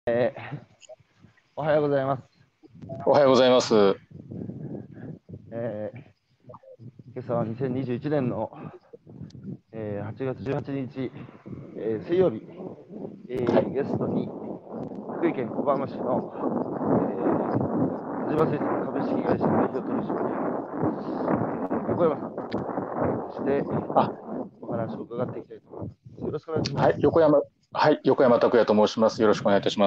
おはようございます。 おはようございます。 今朝は2021年の、8月18日、水曜日、 はい。 ゲストに福井県小浜市の、田島製作株式会社代表取締役、横山さん、そしてあ、 お話を伺っていきたいと思います。よろしくお願いします。 はい、横山拓也と申します。よろしくお願いいたします。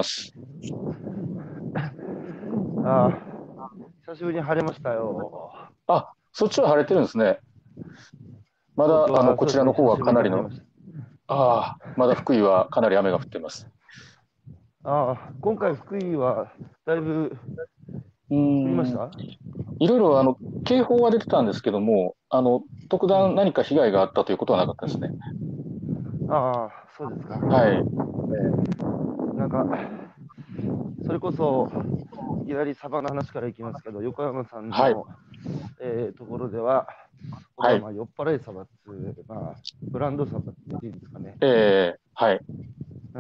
あ久しぶりに晴れましたよ。 あ、そっちは晴れてるんですね。ま東だ、 京はそうですね、 こちらの方は久しぶりかなりの、 に晴れました。 まだ福井はかなり雨が降っています。 今回福井はだいぶうー降りましん、 た？ いろいろ、警報は出てたんですけども、特うん。 段何か被害があったということはなかったですね。 そうですか。 はい。 なんか、それこそ、いきなりサバの話からいきますけど、横山さんはい。 の、ところでは、オはい。 バマ酔っ払いサバっていう、ブランドサバって言っていいんですかね。 はい。 うん。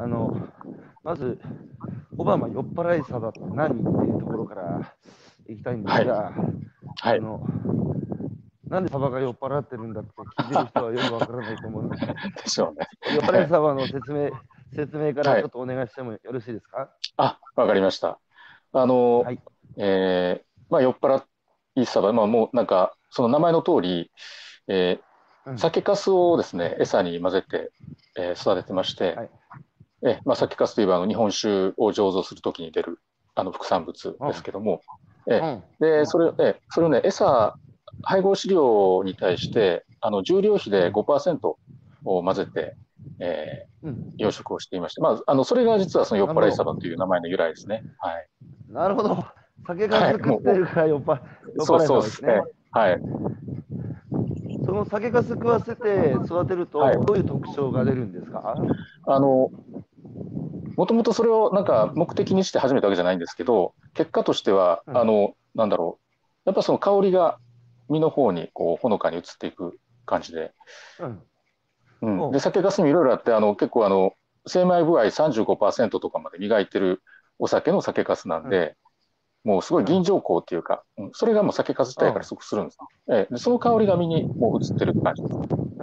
まず、オバマ酔っ払いサバって何っていうところからいきたいんではい。 すが、 はい。 あの、なんでサバが酔っ払ってるんだって聞いてる人はよくわからないと思うので、 でしょうね。 酔っ払いサバの説明からはい。 ちょっとお願いしてもよろしいですか？ わかりました。あの、 はい。 酔っ払いサバ、もうなんか、その名前の通り、えーうん。 酒粕をですね、餌に混ぜて、育ててまして、 はい。 酒粕といえば日本酒を醸造するときに出る副産物うん。 ですけども、えうん。 で、 うん。 それをね、配合飼料に対して、重量比でうん。 5%を混ぜて、えうん。 養殖をしていまして、それが実はその酔っなるほど。 払いサバという名前の由来ですね。はい。 なるほど。酒粕はい。 食ってるから酔っそう払いそうです。 サバですね。 はい。 その酒粕食わせて育てるはい。 と、どういう特徴が出るんですか？ あの、もともとそれをなんか目的にして始めたわけじゃないんですけど、結果としては、 うん。 なんだろう。やっぱその香りが身の方にこうほのかに移っていく感じで。 うん。 うん。で、 おう。 酒粕にもいろいろあって、結構精米部合35%とかまで磨いてるお酒の酒粕なんうん。 で、もうすごいうん。 吟醸香っていうか、それがもう酒粕自体からおう。 すごくするんですよ。で、その香りが身にもう移ってるって感じです。 うん。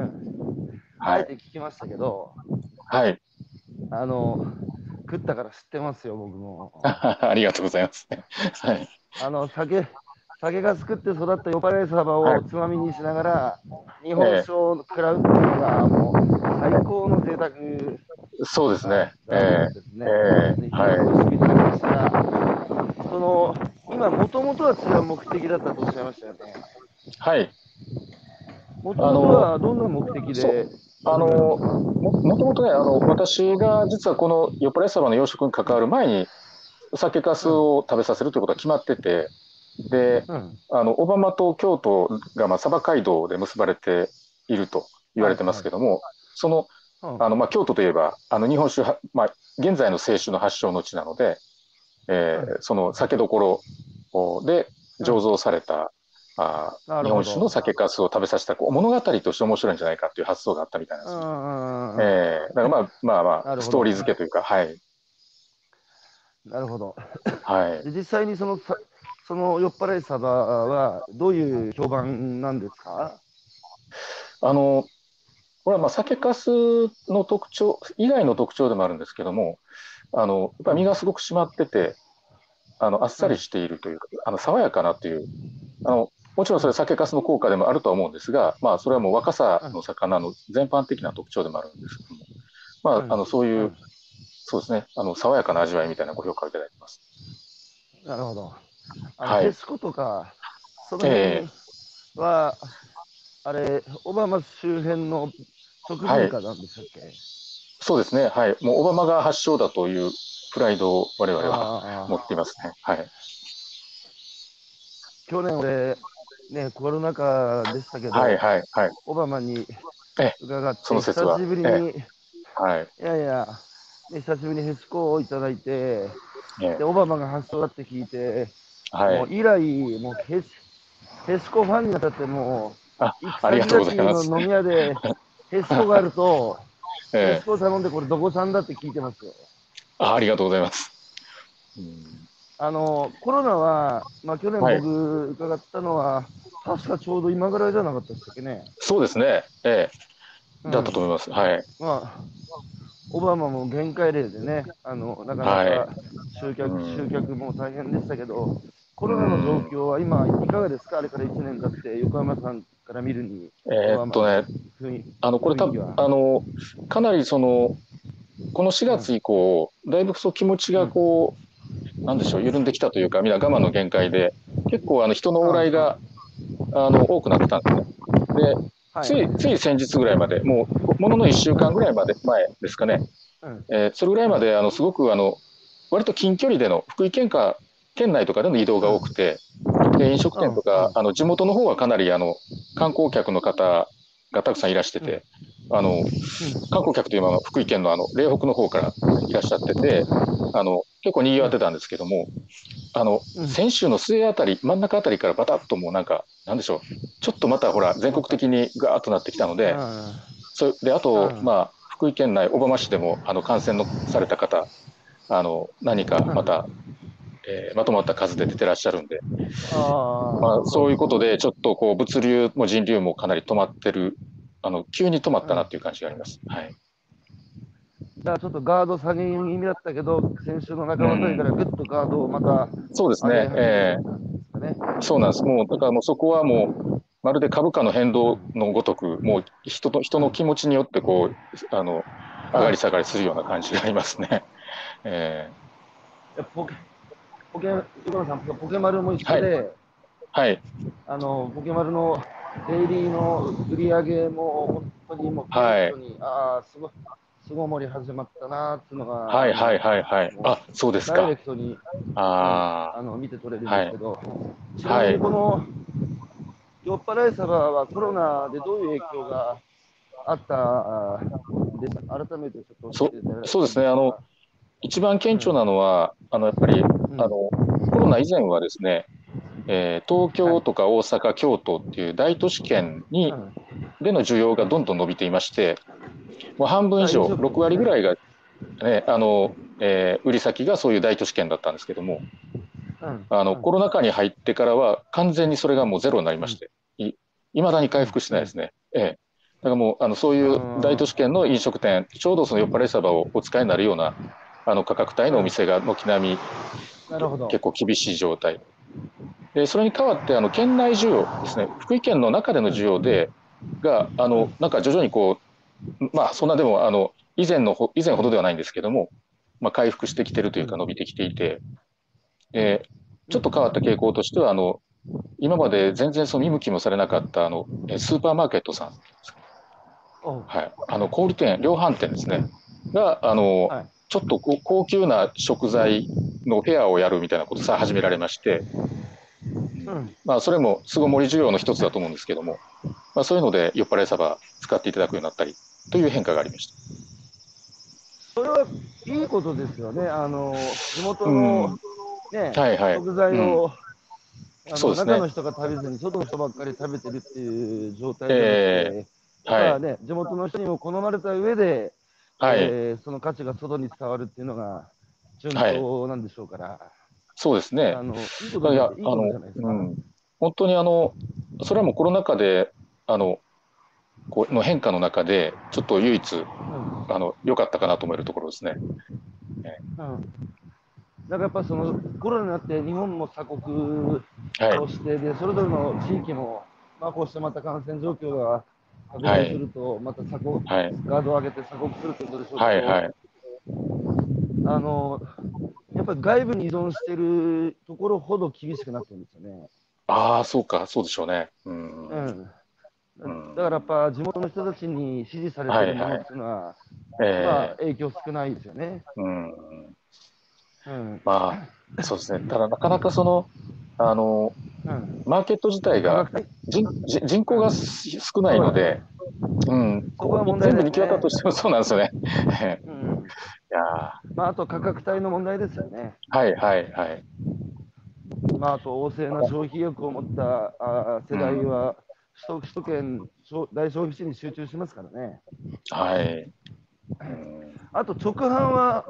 あはい。 えて聞きましたけど、 はい。 あの、食ったから知ってますよ、僕も。 ありがとうございます。はい。 あの、酒が作って育った酔っ払いサバはい。 をつまみにしながら、日本え酒を食らうっていうのが、もう、最高の贅沢そうですね。 だと思うんですね。非常にはい。 美味しくいただきましたが、その、今、もともとは違う目的だったとおっしゃいましたよね。 はい。 もともとあの、 はどんな目的そう、 で始められたんですか？ もともとね、私が実はこのヨプレサバの養殖に関わる前に、酒粕うん、 を食べさせるということが決まってて、で、 うん、 小浜と京都が、鯖街道で結ばれていると言われてまはいはい。 すけども、その、 うん、 京都といえば、日本酒は、現在の清酒の発祥の地なので、 うん、 その酒どころでうん。 醸造された日本酒のなるほど。 酒粕を食べさせた物語として面白いんじゃないかという発想があったみたいなんうですね。 ん、うん、 だからストーリなるほど。 ー付けというか、はい。 なるほど。 はい。 で、実際にその酔っ払いサバはどういう評判なんですか？ あの、これは酒粕の特徴以外の特徴でもあるんですけども、やっぱり身うん、 がすごく締まってて、あっうん、 さりしているというか、爽やかなという、もちろんうん、 それ酒粕の効果でもあるとは思うんですが、それはもう若さうん、 の魚の全般的な特徴でもあるんですけども、 うん、 そういう、 うん。 そうですね、爽やかな味わいみたいなご評価をいただいてます。 なるほど。 はい。 へしことか、その辺ええは、あれ、オバマ周辺の食はい。 文化なんでしたっけ？ そうですね。はい。もうオバマが発祥だというプライドを我々は持っていああ、 ますね。はい。 去年俺、ね、コロナ禍でしたけはい、 ど、 はい、はい。 オバマに伺っそのて、 説は。 久しぶりに、 はい。 いやいや、ね、久しぶりにヘシコをいただいて、で、 ええオバマが発祥だって聞いて、 はい。 もう以来、もうヘシコファンになったって、もう、行くありがとうご先々 ざいます。 の飲み屋でヘシコがあると、ヘシええコ頼んで、これどこ産だって聞いてますよ。 ありがとうございます。うん、 コロナは、まあ、去年はい、 僕伺ったのは、確かちょうど今ぐらいじゃなかったでしたっけね。 そうですね。だったとうん。 思います。はい。 まあ、オバマも限界例でね、なかなはい。 か集うん。 客も大変でしたけど、コうロナの状ん。 況は今、いかがですか、あれから1年経って、横山さんから見るに、オバマのね、 雰囲これ雰囲気は。 かなりこの4 うん、 月以降、だいぶ気持ちがうん、 なんでしょう、緩んできたというか、みんな我慢の限界で、結構人の往来あが多くなってたんですね。で、 はいはいはい。 つい先日ぐらいまで、もう、ものの1週間ぐらい前ですかね、 うん、 それぐらいうん、 まですごく割と近距離での福井県内とかでの移動が多くて、飲食うん、 店とか地元の方はかなり観光客の方がたくさんいらしてうん、 て、観光客というのは福井県の嶺北の方からいらっしゃってて、結構賑わってたんですけども、 うん、 先週の末あたり、真ん中あたりからバタッともうなんか、なんでしょう、ちょっとまたほら、全国また、 的にガーッとなってきたので、 ああと、 あ、 まあ、福井県内、小浜市でも感染のされた方、何かまた、まとまった数で出てらっしゃるんで、まあ、そういうことで、ちょっと物流も人流もかなり止まってる、急に止まったなっていう感じがあります。はい。 だからちょっとガード下げ気味だったけど、先週の半ばあたりかうん。 らぐっとガードをまたそうですね。 上げ始めちゃったんですかね。 そうなんです。もう、だからもうそこはもう、まるで株価の変動うん、 のごとく、もう人うん。 の気持ちによって上がりあ、 下がりするような感じがありますね。えいや横野さん、ポケマルも一はい。 緒で、 はい。 ポケマルのデイリーの売り上げも本当にもう顕はい。 著に、巣ごもり始まったなっていうのが、 はい。はい。はい。はい。 もあ、そうでうダイレすか。 クトに、うん、 あ見て取れるんあ、はい。 ですけど、ちなみはい。 にこの酔っ払いサバはコロナでどういう影響があったですか、改めてちょっと教えていただいていいそうですね。 でしょうか。 一番顕著うん、 なのは、やっぱり、 うん、 コロナ以前はですね、東はい、 京とか大阪、京都っていう大都市圏うん、 での需要がうん。 どんどん伸びていまして、もう半分以飲上、6 食店ですね。 割ぐらいが、ね、売り先がそういう大都市圏だったんですけども、 うん、うん、 コロナ禍に入ってからは完全にそれがもうゼロになりうん、 まして、いまだにうん、 回復してうん。 ないですね。だからもう、そういう大都市圏の飲食店、ちょうどその酔っ払いサバをお使いになるような、価格帯のおうん、 店が軒並みなるほど。 結構厳しい状態。で、それに代わって、県内需要ですね、福井県の中でのうん、 需要で、 うん、 なんか徐々にまあ、そんなでも、以前うん、 ほどではないんですけども、まあ、回復してきてるというか、伸うん、 びてきていて、 うん、 で、ちょっと変わった傾向としては、今まで全然その見向きもされなかった、スーパーマーケットさん、 おう、 はい、小売店、量販店ですね、が、 はい、 ちょっと高級な食材のフェアをやるみたいなことさ始められまして、 うん。 まあ、それも巣ごもり需要の一つだと思うんですけども、まあ、そういうので酔っ払いサバ使っていただくようになったりという変化がありました。 それはいいことですよね。地元のうん。 ね、 はいはい。 食材うん。 を中そうですね。 の人が食べずに外の人ばっかり食べてるっていう状態じゃなくえて、やっはい。 ぱね、地元の人にも好まれた上で、 はい。 その価値が外に伝わるっていうのが順はい。 当なんでしょうから、 そうですね。いや、 いいことじゃないですか。 うん。本当にそれはもうコロナ禍で、あの、の変化の中で、ちょっと唯一、 うん、 良かったかなと思えるところですね。えうん。だからやっぱそのコロナになって日本も鎖国はい。 をして、で、それぞれの地域も、まあ、こうしてまた感染状況が拡大すはい。 ると、またはい。 ガードを上げて鎖国するということでしょうけはい。 ど、 はい。 あの、やっぱり外部に依存しているところほど厳しくなってるんですよね。 ああ、そうか、そうでしょうね。うん。 うん。 うだからやっん。 ぱ地元の人たちに支持されてはい。 るものっはい。 ていうのは、まあええ影響少ないですよね。 うん。 うん。 まあ、そうですね。ただ、なかなかあの、 うん。 マーケット自体が価格帯、 人口がうん。 少ないので、うん、 そこが問題全部に行き渡ですね。 としてもそうなんですよね。 うん。 いやまあ、あと価格帯の問題ですよね。 はいはいはい。 まあ、あと旺盛な消費意欲を持った世代うん、 は首都圏大消費地に集中しますからね。 はい。うん、 あと直販は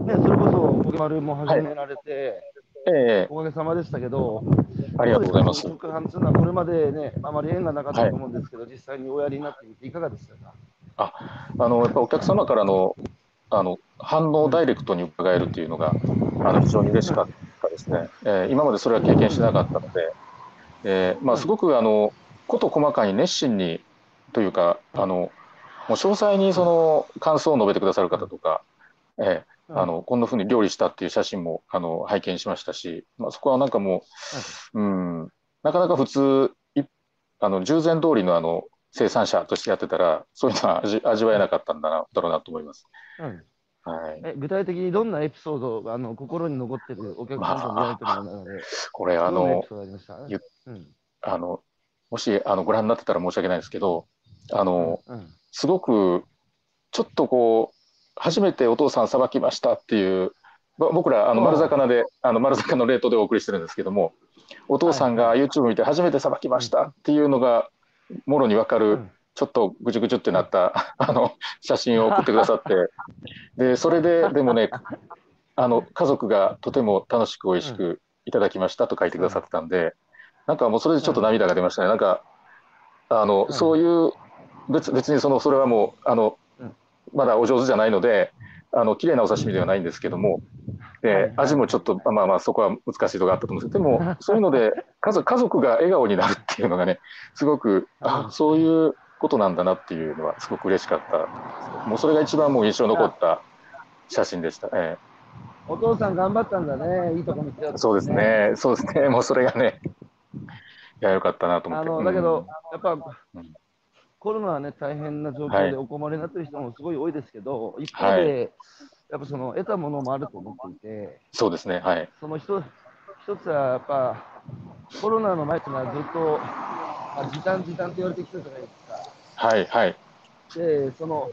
ね、それこそポケマルも始められて、おかげさまでしたけど、 ありがとうございます。 そうですか、その直販というのはこれまでね、あまり縁がなかったはい。 と思うんですけど、実際におやりになってみていかがでしたか？ やっぱお客様からの、反応をダイレクトに伺えるっていうのが、非常に嬉しかったですね。今までそれは経験してなかったので、すごく、事細かに熱心にというか、もう詳細にその感想を述べてくださる方とか、こんな風に料理したっていう写真も、拝見しましたし、そこはなんかもう、なかなか普通、従前通りの生産者としてやってたら、そういうのは味わえなかったんだろうなと思います。はい。 具体的にどんなエピソードが心に残ってるお客さんとのやり取りの中で、 これどんなエピソードありました？ もしご覧になってたら申し訳ないですけど、すごくちょっとこう初めてお父さんさばきましたっていう、僕ら丸魚で丸魚冷凍でお送りしてるんですけども、お父さんが YouTube 見て初めてさばきましたっていうのがもろに分かる、ちょっとぐちゅぐちゅってなった写真を送ってくださって、でそれででもね、家族がとても楽しく美味しくいただきましたと書いてくださってたんで、なんかもうそれでちょっと涙が出ましたね。なんかそういう別にそれはもうまだお上手じゃないので綺麗なお刺身ではないんですけども、味もちょっとそこは難しいところがあったと思うんですけど、でもそういうので家族が笑顔になるっていうのがね、すごくそういうことなんだなっていうのはすごく嬉しかった。もうそれが一番もう印象に残った写真でした。 お父さん頑張ったんだね、いいとこ見つけた、 そうですね、そうですね、もうそれがね、いや、よかったなと思って。 だけど、やっぱ、コロナはね、大変な状況でお困りになっている人もすごい多いですけど、一方で、やっぱその得たものもあると思っていて、 そうですね、はい。 その一つはやっぱ、コロナの前っていうのはずっと、時短って言われてきたじゃないですか。 はいはい。 で、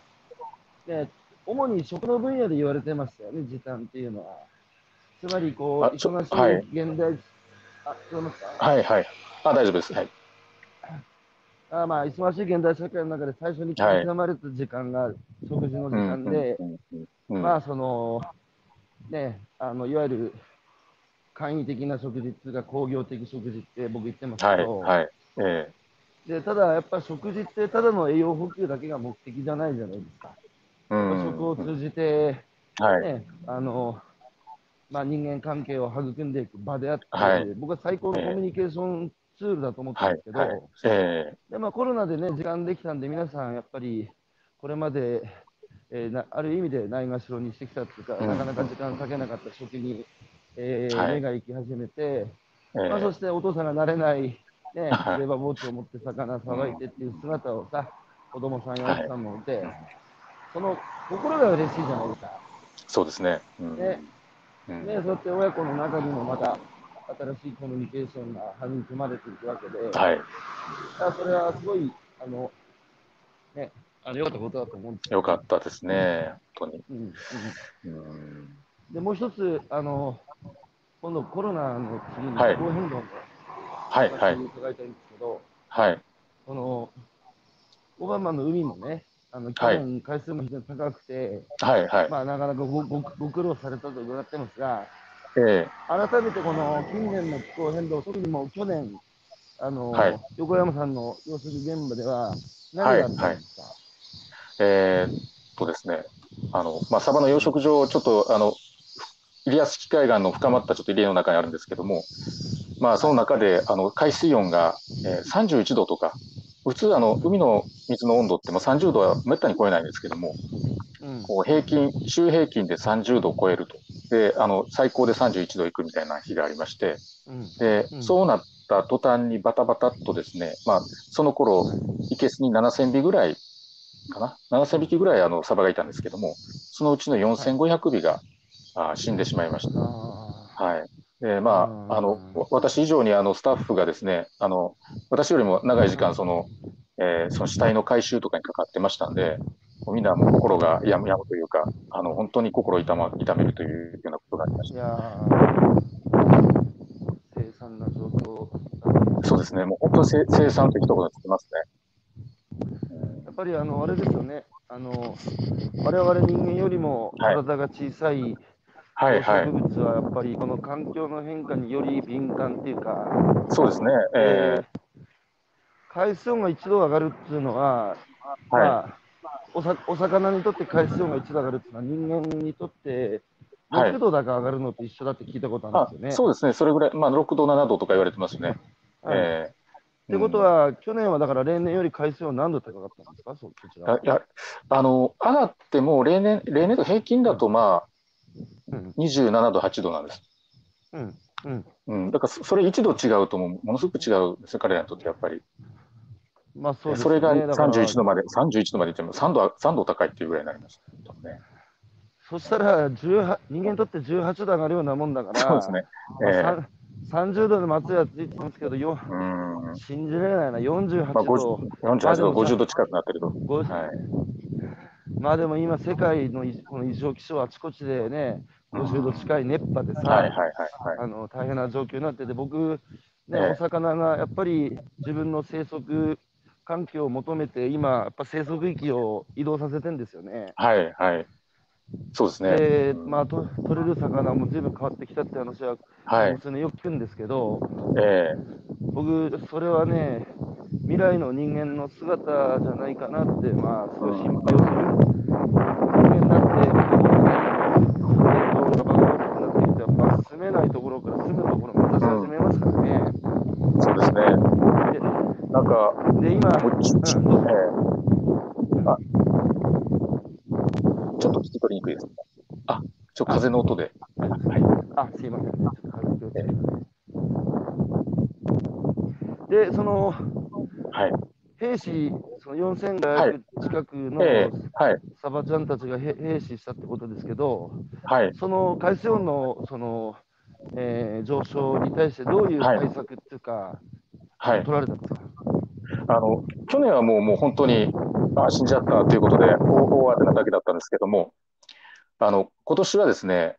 主に食の分野で言われてましたよね、時短っていうのは。つまり、忙しい現代、聞こえますか？ はいはい。大丈夫です。はい。 忙しい現代社会の中で最初に刻まれた時間が食事の時間で、いわゆる簡易的な食事っていうか工業的食事って僕言ってますけど、でただやっぱ食事ってただの栄養補給だけが目的じゃないじゃないですか。やっぱ食を通じて、ね、人間関係を育んでいく場であって、僕は最高のコミュニケーションツールだと思ってるんですけど、でコロナでね、時間できたんで、皆さんやっぱりこれまで、ある意味でないがしろにしてきたっていうか、なかなか時間かけなかった食に、目が行き始めて、そしてお父さんが慣れない、ね、レバー包丁を持って魚さばいてっていう姿をさ、子供さんや奥さんもいて、その心が嬉しいじゃないですか。 そうですね。 そうやって親子の中にもまた新しいコミュニケーションが育まれていくわけで、それはすごい、良かったことだと思うんですよ。 よかったですね、本当に。 で、もう一つ、今度コロナの次に気候変動の話を伺いたいんですけど、オバマの海もね、去年海水も非常に高くて、なかなかご苦労されたと伺ってますが、改めてこの近年の気候変動、特にもう去年、横山さんの養殖現場では何があったんですか？ ですね、サバの養殖場、ちょっとイリアス海岸の深まったちょっと入り江の中にあるんですけども、その中で海水温が、31度とか、普通海の水の温度って30度はめったに超えないんですけども、こう週平均で30度を超えると。で、最高で31度いくみたいな日がありまして、で、そうなった途端にバタバタっとですね、その頃、いけすに7000尾ぐらいかな、7000匹ぐらいサバがいたんですけども、そのうちの4500尾が死んでしまいました。はい。で、私以上にスタッフがですね、私よりも長い時間、その死体の回収とかにかかってましたんで、みんなもう心が病むというか、本当に心を痛めるというようなことがありました。 凄惨な状況。 そうですね、もう本当に凄惨という一言につきますね。やっぱりあれですよね、我々人間よりも体が小さい、 動植物はやっぱりこの環境の変化により敏感っていうか、 そうですね。 海水温が1度上がるっていうのは、まあ、お魚にとって海水温が1度上がるっていうのは、人間にとって6度だか上がるのと一緒だって聞いたことあるんですよね。 そうですね、それぐらい、まあ、6度、7度とか言われてますね。 ってことは、去年はだから例年より海水温何度高かったんですか、そちらは。 いや、上がっても例年と平均だと、まあ、27度、8度なんです。だからそれ1度違うとものすごく違うんですよ、彼らにとってやっぱり。 まあそうですね、 それが31度まで、31度までいっても3度高いっていうぐらいになりました、ね。 そしたら人間にとって18度上がるようなもんだから、 そうですね。 30度で松屋ついてますけど、信じられないな、48度。 48度、50度近くなってると。 まあでも今、世界のこの異常気象、あちこちでね、50度近い熱波でさ、大変な状況になってて、僕、ね、お魚がやっぱり自分の生息環境を求めて、今、やっぱ生息域を移動させてんですよね。 そうですね。 で、まあ、取れる魚も随分変わってきたって話は、それよく聞くんですけど、僕、それはね、未来の人間の姿じゃないかなって、まあ、すごい心配をする。人間だって、道路が大きくなってきて、やっぱ住めないところから住むところを目指し始めますからね。 そうですね。なんか、 で、今、 ちょっと聞き取りにくいです。風の音で。 すいません。ちょっと風気をつけて。で、その、兵士、その4500近くのサバちゃんたちが兵士したってことですけど、その海水温のその、上昇に対してどういう対策っていうか、取られたんですか。 去年はもう本当に死んじゃったということで大当てなだけだったんですけども、今年はですね、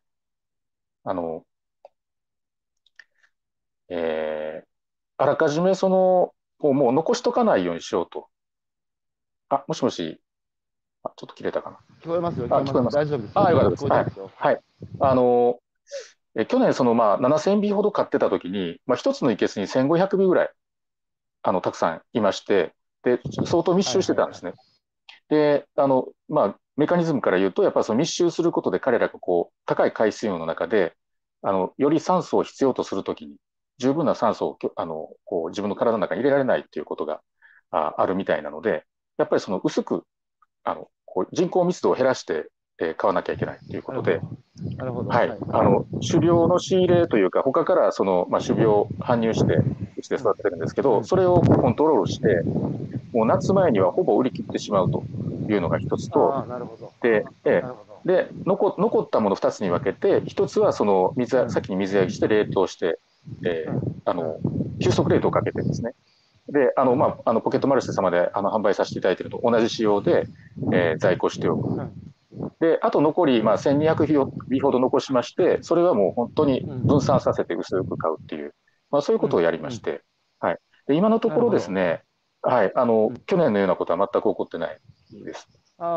あらかじめもう残しとかないようにしようと。もしもし、ちょっと切れたかな。 聞こえますよ、聞こえます。大丈夫です。 よかったです。はい。去年、7000尾ほど飼ってた時に、一つの生けすに1500尾ぐらい、たくさんいまして、で、相当密集してたんですね。で、メカニズムから言うと、やっぱりその密集することで彼らが高い海水温の中で、より酸素を必要とするときに、十分な酸素を自分の体の中に入れられないということがあるみたいなので、やっぱりその薄く人口密度を減らして買わなきゃいけないということで、種苗の仕入れというか、他から種苗を搬入して、うちで育ててるんですけど、それをコントロールして、もう夏前にはほぼ売り切ってしまうというのが一つと、で、残ったもの2つに分けて、1つは先に水焼きして冷凍して、急速冷凍をかけてですね、で、ポケットマルシェ様で販売させていただいているのと同じ仕様で、在庫しておく。で、あと残り、1200尾ほど残しまして、それはもう本当に分散させて薄く買うっていう、そういうことをやりまして、で今のところですね、去年のようなことは全く起こってないです。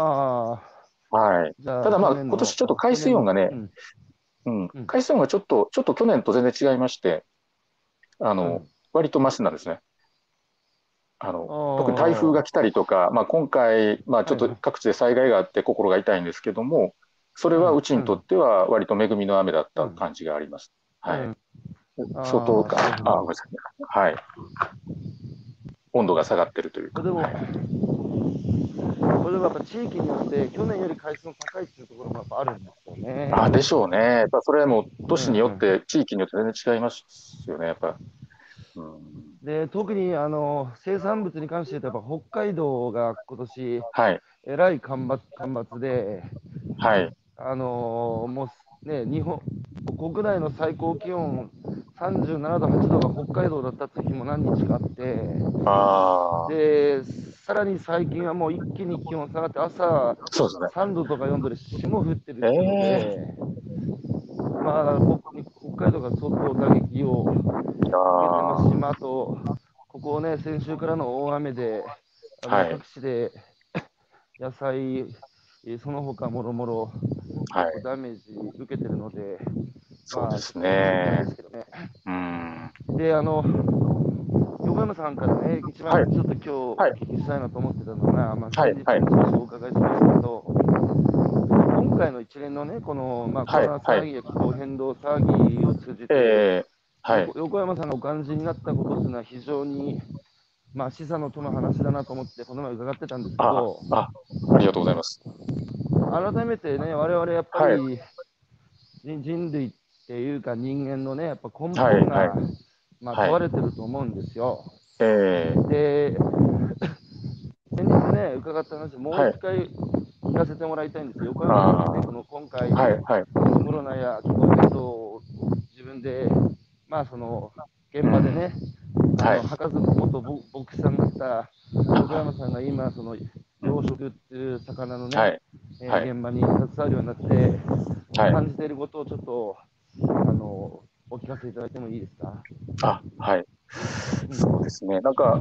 ただ今年ちょっと海水温がね、海水温がちょっと去年と全然違いまして、割とマシなんですね。特に台風が来たりとか、今回、ちょっと各地で災害があって心が痛いんですけども、それはうちにとっては割と恵みの雨だった感じがあります。相当か、ごめんなさい。温度が下がってるというか。 これでもやっぱ地域によって去年より海水温高いっていうところもやっぱあるんですよね。 でしょうね。やっぱそれはもう都市によって、地域によって全然違いますよね、やっぱ。 で特に生産物に関して言うと、やっぱ北海道が今年、えらい干ばつで、もうね、国内の最高気温37度、8度が北海道だった時も何日かあって、で、さらに最近はもう一気に気温下がって、朝3度とか4度で霜降ってるっていうので、北海道が相当打撃を受けてますし、あと、ここね、先週からの大雨で、各地で野菜、その他もろもろ結構ダメージ受けてるので、 そうですね。 で、横山さんからね、一番ちょっと今日お聞きしたいなと思ってたのが、先日も少しお伺いしましたけど、今回の一連のね、この、コロナ騒ぎや気候変動騒ぎを通じて、横山さんがお感じになったことっていうのは非常に、示唆のとの話だなと思って、この前伺ってたんですけど、 ありがとうございます。 改めてね、我々やっぱり、人類っていうか人間のね、やっぱ根本が、問われてると思うんですよ。で、先日ね、伺った話、もう一回聞かせてもらいたいんですよ。横山さんね、この今回、コロナや気候変動を自分で、その現場でね、博士元牧師さんだった横山さんが今、その養殖っていう魚のね、現場に携わるようになって、感じていることをちょっと、お聞かせいただいてもいいですか。 そうですね。なんか、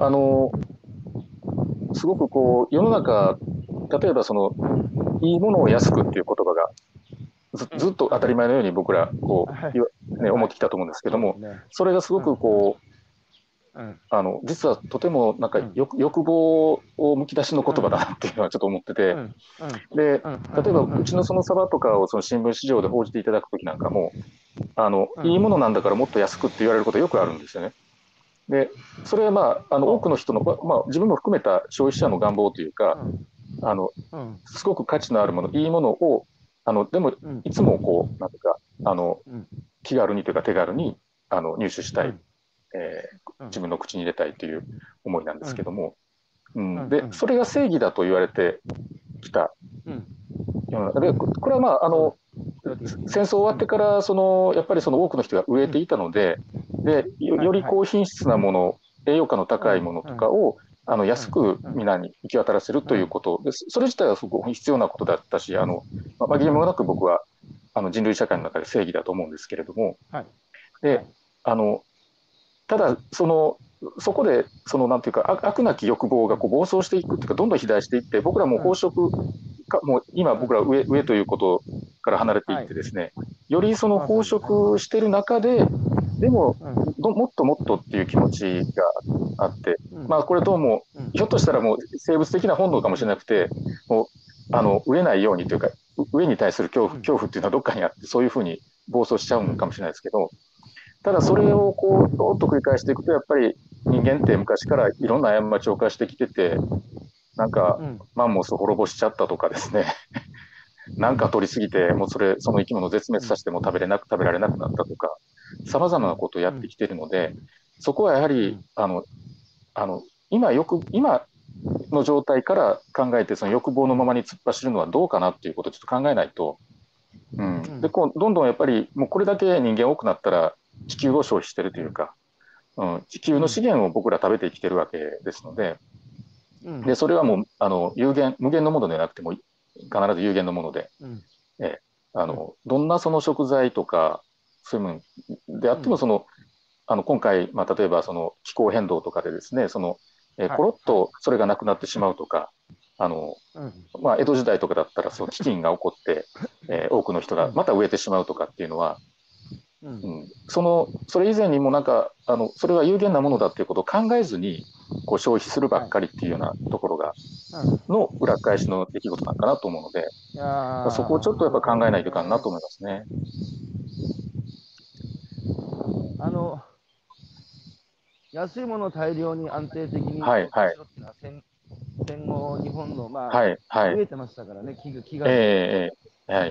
すごくこう、世の中、例えばその、いいものを安くっていう言葉がずっと当たり前のように僕らこう、ね、思ってきたと思うんですけども、それがすごくこう、実はとてもなんか欲望をむき出しの言葉だなっていうのはちょっと思ってて、で、例えばうちのそのサバとかをその新聞市場で報じていただくときなんかも、いいものなんだからもっと安くって言われることよくあるんですよね。で、それは多くの人の、自分も含めた消費者の願望というか、すごく価値のあるもの、いいものを、でも、いつもこう、なんていうか、気軽にというか手軽に入手したい、自分の口に入れたいという思いなんですけども、で、それが正義だと言われてきた世の中で、これは戦争終わってから、やっぱりその多くの人が植えていたので、より高品質なもの、栄養価の高いものとかを、安く皆に行き渡らせるということで、それ自体はすごく必要なことだったし、紛れもなく僕は人類社会の中で正義だと思うんですけれども、で、ただ、そこで、なんていうか、悪なき欲望がこう暴走していくっていうか、どんどん肥大していって、僕らも飽食もう今僕ら上ということから離れていってですね、よりその飽食してる中で、でも、もっともっとっていう気持ちがあって、これどうも、ひょっとしたらもう生物的な本能かもしれなくて、もう、飢えないようにというか、上に対する恐怖っていうのはどっかにあって、そういうふうに暴走しちゃうのかもしれないですけど、ただそれをこう、どっと繰り返していくと、やっぱり人間って昔からいろんな過ちを犯してきてて、なんか、マンモス滅ぼしちゃったとかですね、なんか取りすぎて、もうその生き物を絶滅させても食べられなくなったとか、様々なことをやってきているので、そこはやはり、今の状態から考えて、その欲望のままに突っ走るのはどうかなっていうことをちょっと考えないと、で、どんどんやっぱり、もうこれだけ人間多くなったら、地球を消費してるというか、地球の資源を僕ら食べて生きてるわけですので、で、それはもう、無限のものでなくても、必ず有限のもので、どんなその食材とか、そういうものであっても、今回、例えばその気候変動とかでですね、コロッとそれがなくなってしまうとか、江戸時代とかだったら、飢饉が起こって、多くの人がまた植えてしまうとかっていうのは、それ以前にもなんか、それは有限なものだっていうことを考えずに、こう消費するばっかりっていうようなところが、の裏返しの出来事なんかなと思うので、そこをちょっとやっぱ考えないといかんなと思いますね。 安いものを大量に安定的にはい、はい。 戦後、日本の、 はい、はい。 増えてましたからね、飢餓で。 はい。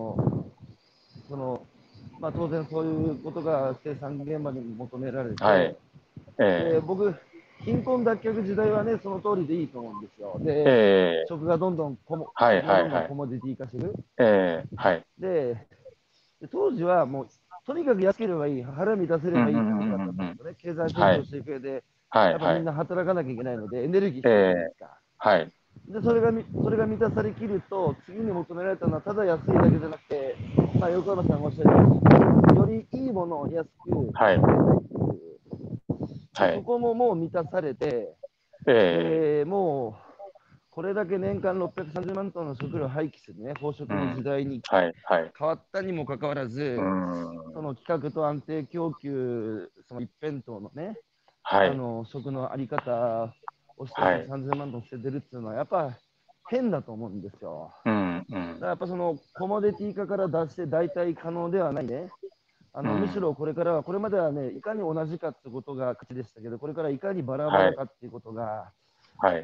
当然そういうことが生産現場にも求められて、 はい。 で僕、貧困脱却時代はね、その通りでいいと思うんですよ。で、食がどんどんコモディティ化する。 はい。 で、当時はもう、とにかく安ければいい、腹満たせればいいってことだったんですよね。経済成長していく上で、やっぱみんな働かなきゃいけないので、エネルギー必要じゃないですか。 はい。 でそれが満たされきると、次に求められたのは、ただ安いだけじゃなくて、横山さんがおっしゃるように、よりいいものを安く食べたいっていう、そこももう満たされて、もこれだけ年間630万トンの食料を廃棄するね、飽食の時代にはいはい、 変わったにもかかわらず、その規格と安定供給、その一辺倒のね、 はい、 食のあり方をしてはい、 30万トン捨ててるっていうのは、やっぱ変だと思うんですよ。 うんうだかん、 らやっぱそのコモディティ化から出して代替可能ではないね。むしろこれからは、これまではね、いかに同じかってことが価値でしたけど、これからいかにバラバはい、 ラかっていうことが、 はい、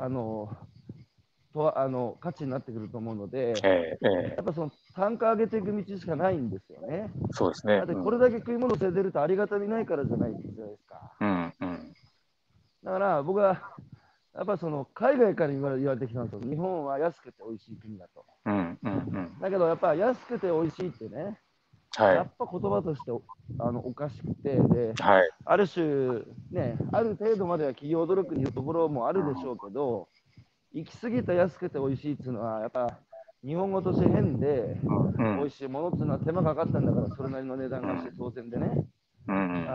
価値になってくると思うので、 ええ、 やっぱその単価上げていく道しかないんですよね。 そうですね。 だってこれだけ食い物捨ててるとありがたみないからじゃないですか。 うんうん、 だから僕は、やっぱその海外から言われてきたんですよ。日本は安くて美味しい国だと。 うんうんうん、 だけどやっぱ安くて美味しいってね、 はい、 やっぱ言葉としておかしくて、で、 はい、 ある種、ね、ある程度までは企業努力にいうところもあるでしょうけど、行き過ぎた安くて美味しいっていうのは、やっぱ日本語として変で、 うん、 美味しいものっていうのは手間かかったんだから、それなりの値段がして当然でね、 うん、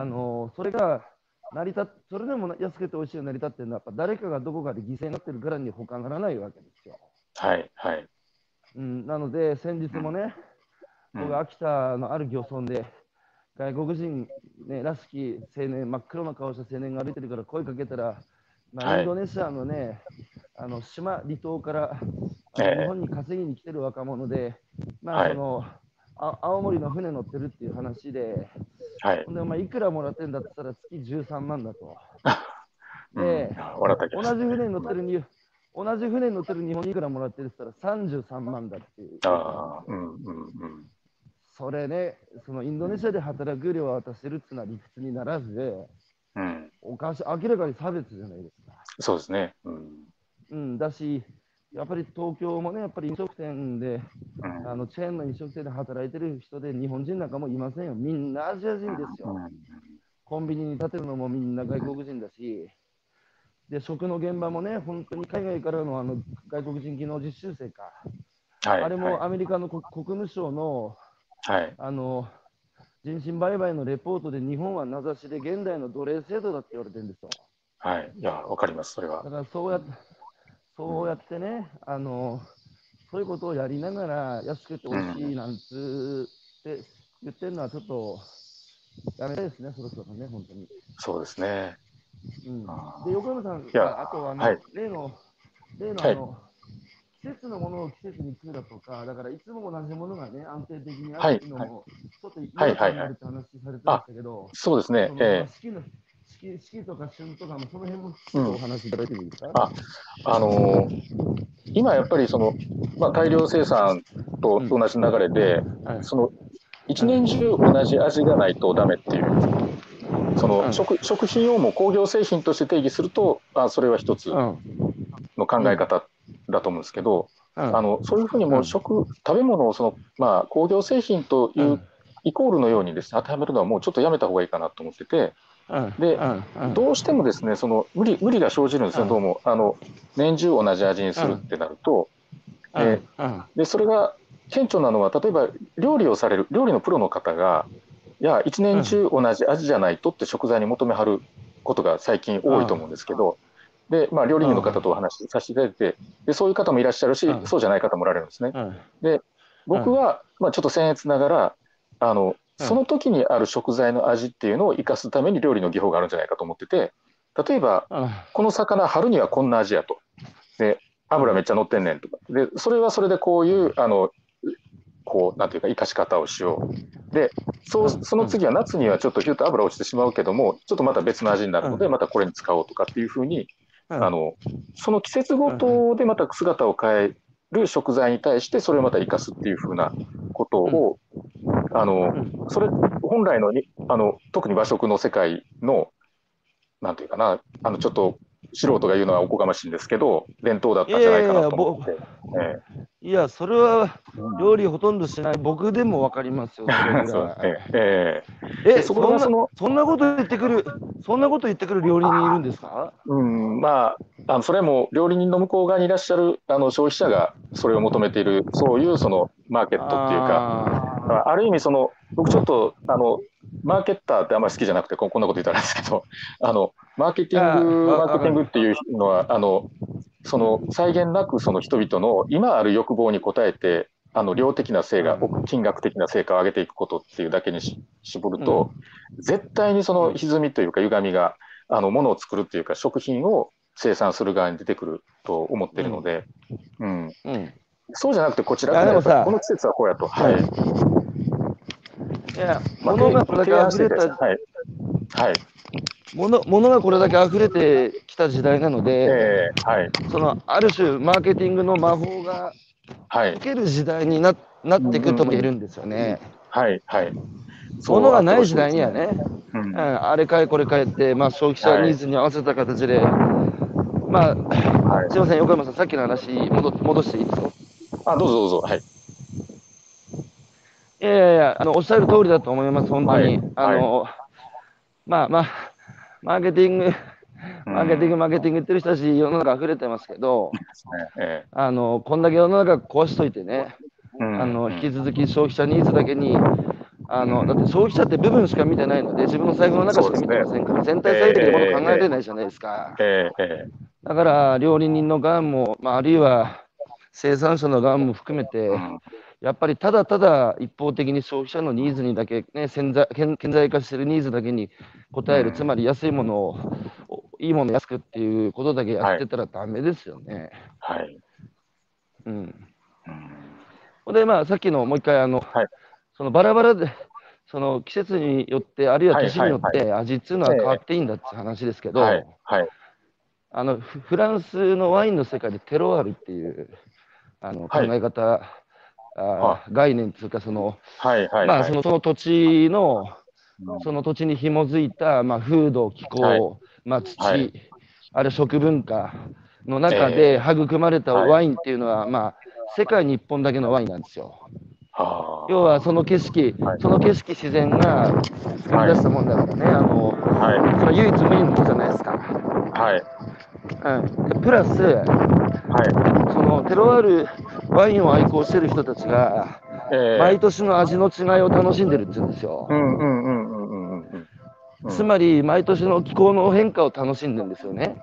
それがそれでも安くて美味しいように成り立ってるのは、やっぱ誰かがどこかで犠牲になってるからに他ならないわけですよ。 はい、はい、 なので、先日うん、 もね、僕、 うん、 秋田のある漁村で、外国人、ね、らしき青年、真っ黒な顔した青年が歩いてるから声かけたら、イはい、 ンドネシアのね、離島から日ええ、 本に稼ぎに来てる若者で、 はい、 青森の船乗ってるっていう話で、 はい、 ほんで、いくらもらってんだって言ったら月13万だと。 うん、 で、 笑ったけど、 同じ船に乗ってるに同じ船に乗ってる日本にいくらもらってるって言ったら33万だって言ったんでああ、 すよ。 うん、うん、うん、 それね、そのインドネシアで働く量を渡してるっていうのは理屈にならず、 うん、 明らかに差別じゃないですか。 そうですね。うん、 だし、やっぱり東京もね、やっぱり飲食店で、 うん、 チェーンの飲食店で働いてる人で日本人なんかもいませんよ。みんなアジア人ですよ。 うん、 コンビニに立てるのもみんな外国人だし、で、食の現場もね、本当に海外からの外国人技能実習生か。 はい、 あれはい、 もアメリカの国務省の、 はい、 人身売買のレポートで日本は名指しで現代の奴隷制度だって言われてるんですよ。 はい、いや、わかります、それは。 だからうん、 そうやってね、そういうことをやりながら安くて美味しいうん、 なんつって言ってるのはちょっとやめたいですね、そろそろね、本当に。 そうですね。 で、横山さんいや、 が、あとはい、 例のはい、 季節のものを季節に食うだとか、だからいつも同じものがね、安定的にあるはい、はい、 っていうのも、ちょっと違はい、 和はい、はい。 感があるって話されてましあ、 たけど、 そうですね。 四季とか旬とかも、その辺もちうん。 ょっとお話しいただいてもいいですか？ あ、あのー今やっぱりまあ、大量生産とうん。 同じ流れで、 はい。 一年中同じ味がないとダメっていう、食品をもう工業製品として定義すると、それは一つうん。 の考うん。 え方だと思うんですけど、 うん。 そういうふうにもううん。 食べ物をまあ、工業製品といううん。 イコールのようにですね、当てはめるのはもうちょっとやめた方がいいかなと思ってて、 うん。 で、 うん。うん。 どうしてもですね、無理が生じるんですね、どうも。年中同じ味にするってなると、で、それが顕著なのは、例えば料理をされる、料理のプロの方が、いや、一年中同じ味じゃないとって食材に求めはることが最近多いと思うんですけど、で、まあ、料理人の方とお話しさせていただいて、で、そういう方もいらっしゃるし、そうじゃない方もおられるんですね。で、僕は、まあ、ちょっと僭越ながら、その時にある食材の味っていうのを生かすために料理の技法があるんじゃないかと思ってて、例えば、この魚、春にはこんな味やと。で、油めっちゃ乗ってんねんとか。で、それはそれでこういう、なんていうか、生かし方をしよう。で、その次は夏にはちょっとヒュッと油落ちてしまうけども、ちょっとまた別の味になるので、またこれに使おうとかっていうふうに、その季節ごとでまた姿を変える食材に対してそれをまた生かすっていうふうなことを、それ本来の特に和食の世界の、なんていうかな、ちょっと素人が言うのはおこがましいんですけど、伝統だっいやたんじゃないかいやいや、 なと思ってて。 いや、それはうん、 料理ほとんどしない僕でも分かりますよ、それぐそうらい。 で、そこがそんなこと言ってくる、そんなこと言ってくる料理人いるんですか？ うん、まあ、それも料理人の向こう側にいらっしゃる消費者がそれを求めている、そういうマーケットっていうか、 あある意味僕ちょっとマーケッターってあんまり好きじゃなくて、こんなこと言ったらですけど、マーケティンあ、 グわかる。 っていうのは、 その際限なくその人々の今ある欲望に応えて、量的な成果、金額的な成果を上げていくことっていうだけに絞ると、絶対にその歪みというか歪みが、ものを作るっていうか、食品を生産する側に出てくると思ってるので、そうじゃなくて、こちらからやっぱりこの季節はこうやと。はい。 いや、物がこれだけ溢れた、はい。物がこれだけ溢れてきた時代なので、そのある種マーケティングの魔法が受ける時代になっていくとも言えるんですよね。物がない時代にはね、あれ買えこれ買えって、消費者ニーズに合わせた形で、すみません、横山さん、さっきの話戻していいですか？ どうぞどうぞ。はい。 いやいや、おっしゃる通りだと思います、本当に。マーケティング言ってる人たち、世の中溢れてますけど、こんだけ世の中壊しといてね、引き続き消費者ニーズだけに、だって消費者って部分しか見てないので、自分の財布の中しか見てませんから、全体最適なものを考えれないじゃないですか。だから、料理人の側も、あるいは生産者の側も含めて、やっぱりただただ一方的に消費者のニーズにだけ、ね、顕在化しているニーズだけに応える、つまり安いものを、いいもの安くっていうことだけやってたらダメですよね。で、さっきのもう一回、そのバラバラで、その季節によって、あるいは年によって味っていうのは変わっていいんだって話ですけど、フランスのワインの世界でテロワールっていう考え方、概念というか、その土地の、その土地に紐づいた、風土、気候、土、あるいは食文化の中で育まれたワインっていうのは、世界に1本だけのワインなんですよ。要はその景色、自然が作り出したもんだからね、その唯一無二の木じゃないですか。プラス、そのテロワール、ワインを愛好してる人たちが、毎年の味の違いを楽しんでるって言うんですよ。つまり、毎年の気候の変化を楽しんでるんですよね。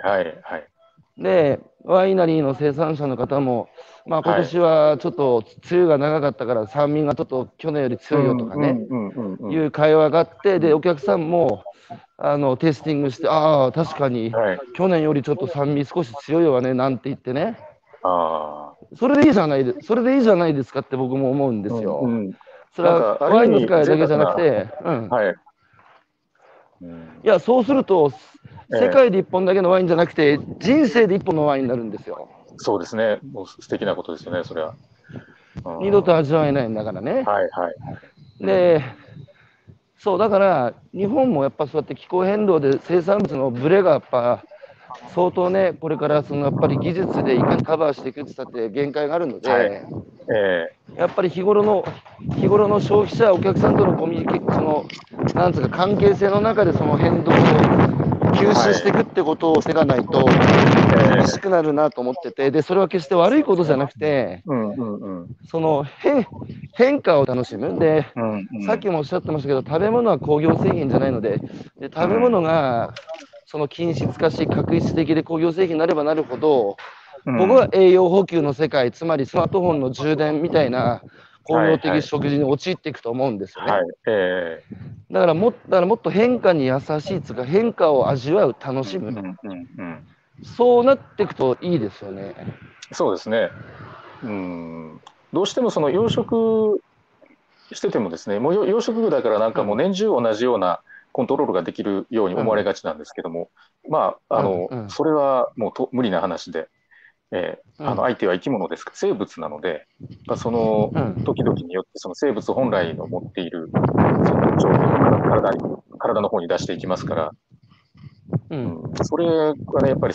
で、ワイナリーの生産者の方も、今年はちょっと梅雨が長かったから酸味がちょっと去年より強いよとかね、いう会話があって、で、お客さんもテイスティングして、ああ、確かに去年よりちょっと酸味少し強いわねなんて言ってね、それでいいじゃないですかって僕も思うんですよ。それはワインの世界だけじゃなくて、いや、そうすると、世界で1本だけのワインじゃなくて、人生で1本のワインになるんですよ。 そうですね。もう素敵なことですよね、それは。 二度と味わえないんだからね。で、そう、だから、日本もやっぱそうやって気候変動で生産物のブレがやっぱ、相当ね、これからそのやっぱり技術でいかにカバーしていくって言ったって限界があるので、やっぱり日頃の消費者、お客さんとのコミュニケーション、その、なんつうか、関係性の中でその変動を吸収していくってことをしていかないと、厳しくなるなと思ってて、で、それは決して悪いことじゃなくて、その変化を楽しむ。で、さっきもおっしゃってましたけど、食べ物は工業製品じゃないので、食べ物がその均質化し、確一的で工業製品になればなるほど、僕は栄養補給の世界、つまりスマートフォンの充電みたいな工業的食事に陥っていくと思うんですよね。だからもっと変化に優しいというか、変化を味わう、楽しむ。そうなっていくといいですよね。 そうですね。どうしてもその養殖しててもですね、もう養殖魚だからなんかもう年中同じようなコントロールができるように思われがちなんですけども、それはもう無理な話で、相手は生き物ですから、生物なので、その時々によってその生物本来の持っているその特徴を体の方に出していきますから、それがね、やっぱり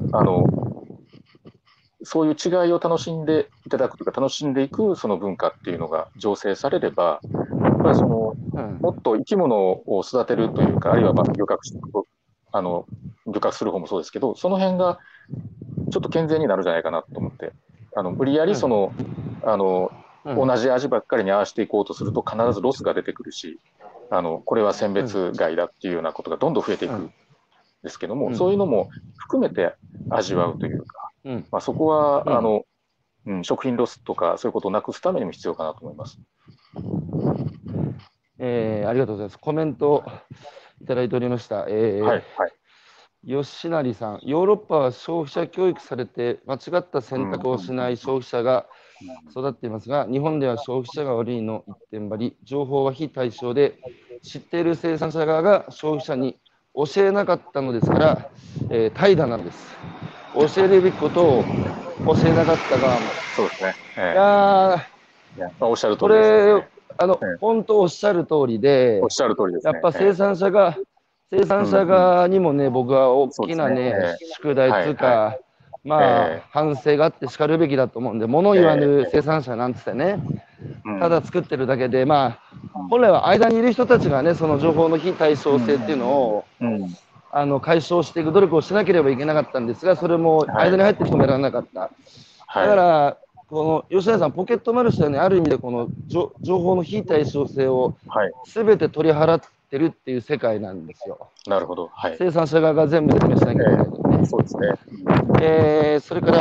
そういう違いを楽しんでいただくというか、楽しんでいくその文化っていうのが醸成されれば、やっぱりもっと生き物を育てるというか、あるいは漁獲する方もそうですけど、その辺がちょっと健全になるんじゃないかなと思って、無理やり同じ味ばっかりに合わせていこうとすると必ずロスが出てくるし、これは選別外だっていうようなことがどんどん増えていくんですけども、そういうのも含めて味わうというか、 まあ、そこは、食品ロスとかそういうことをなくすためにも必要かなと思います。 ありがとうございます。コメントいただいておりました。吉成さん、ヨーロッパは消費者教育されて間違った選択をしない消費者が育っていますが、日本では消費者が悪いの一点張り、情報は非対称で、知っている生産者側が消費者に教えなかったのですから、怠惰なんです。教えるべきことを教えなかった側も。 そうですね。 いやおっしゃる通りです、ね。本当おっしゃる通りで、 おっしゃる通りですね。 やっぱ生産者側にもね、僕は大きなね、宿題つうか、まあ、反省があってしかるべきだと思うんで、物言わぬ生産者なんつってね、ただ作ってるだけで、まあ、本来は間にいる人たちがね、その情報の非対称性っていうのを、解消していく努力をしなければいけなかったんですが、それも間に入って止められなかった。だから、この吉田さん、ポケットマルシェはね、ある意味でこの情報の非対称性をすべて取り払ってるっていう世界なんですよ。 なるほど。 生産者側が全部説明しなきゃいけないので、 そうですね。 それから、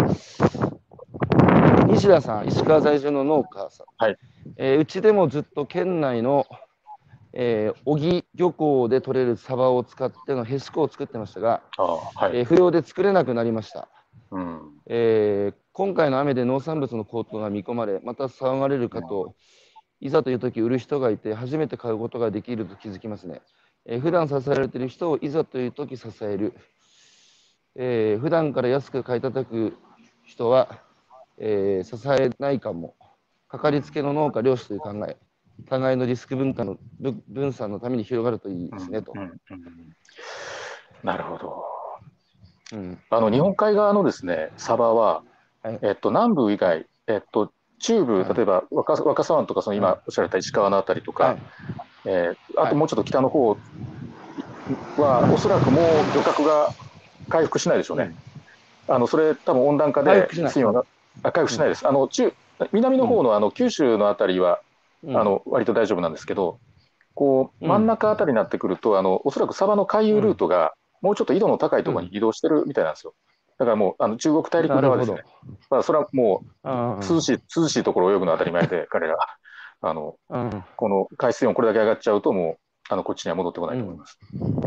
西田さん、石川在住の農家さん。うちでもずっと県内の小木漁港で取れるサバを使ってのへしこを作ってましたが、不要で作れなくなりました。今回の雨で農産物の高騰が見込まれ、また騒がれるかと、いざという時売る人がいて、初めて買うことができると気づきますね。普段支えられている人をいざという時支える。普段から安く買い叩く人は、支えないかも。かかりつけの農家、漁師という考え。互いのリスク分散のために広がるといいですねと。 なるほど。日本海側のですね、サバは、南部以外、中部、例えば若狭湾とか、今おっしゃられた石川のあたりとか、あともうちょっと北の方は、おそらくもう漁獲が回復しないでしょうね。それ多分温暖化で水温が回復しないです。南の方の九州のあたりは割と大丈夫なんですけど、こう真ん中あたりになってくると、おそらくサバの回遊ルートがもうちょっと緯度の高いところに移動してるみたいなんですよ。だからもう中国大陸側ですね。それはもう涼しいところを泳ぐのは当たり前で、彼らこの海水温これだけ上がっちゃうと、もうこっちには戻ってこないと思います。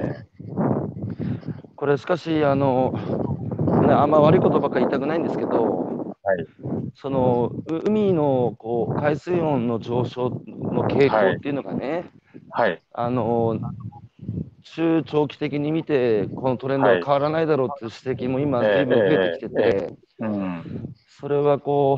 これしかしあんま悪いことばっかり言いたくないんですけど、その海の海水温の上昇の傾向っていうのがね、中長期的に見てこのトレンドは変わらないだろうっていう指摘も今随分増えてきてて、それはこ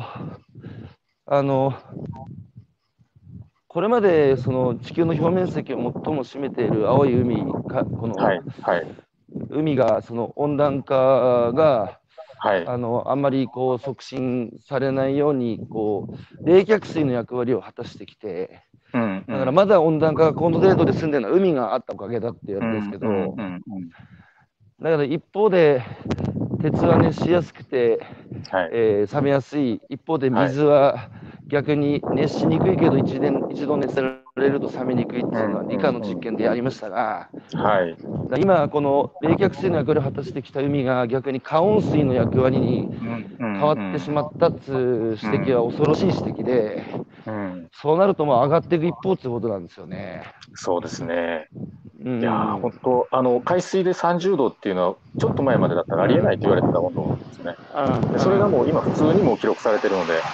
れまでその地球の表面積を最も占めている青い海か、この海がその温暖化があんまり促進されないように冷却水の役割を果たしてきて、だからまだ温暖化がこの程度で済んでるのは海があったおかげだってやつですけど、だから一方で鉄は熱しやすくて、冷めやすい、一方で水は逆に熱しにくいけど一度熱せられると冷めにくいっていうのは理科の実験でやりましたが、今この冷却水の役割を果たしてきた海が逆に加温水の役割に変わってしまったっていう指摘は恐ろしい指摘で、そうなるともう上がっていく一方ってことなんですよね。 そうですね。いや本当海水で30度っていうのはちょっと前までだったらありえないと言われてた温度ですね。それがもう今普通にも記録されてるので。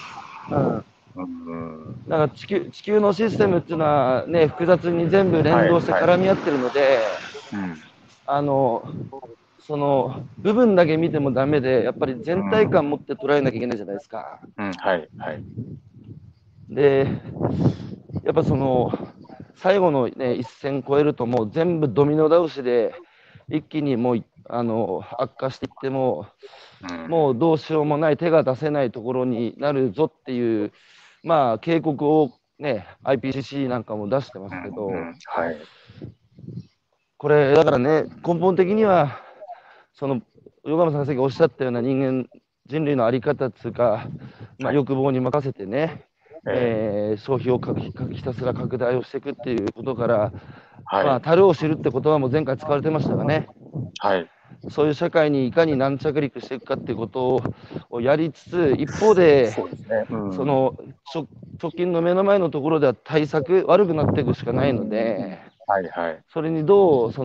だから地球のシステムっていうのはね、複雑に全部連動して絡み合ってるので、その部分だけ見てもダメで、やっぱり全体感持って捉えなきゃいけないじゃないですか。で、やっぱその最後のね一線超えるともう全部ドミノ倒しで一気にもう悪化していっても、もうどうしようもない手が出せないところになるぞっていう警告をね IPCC なんかも出してますけど、これだからね根本的にはその横山さんがさっきおっしゃったような人類の在り方っていうか、欲望に任せてね、消費をひたすら拡大をしていくっていうことから、樽を知るって言葉も前回使われてましたがね、 そういう社会にいかに軟着陸していくかっていうことをやりつつ、一方で、 そうですね。 その直近の目の前のところでは対策、悪くなっていくしかないので、 はいはい。 それにどう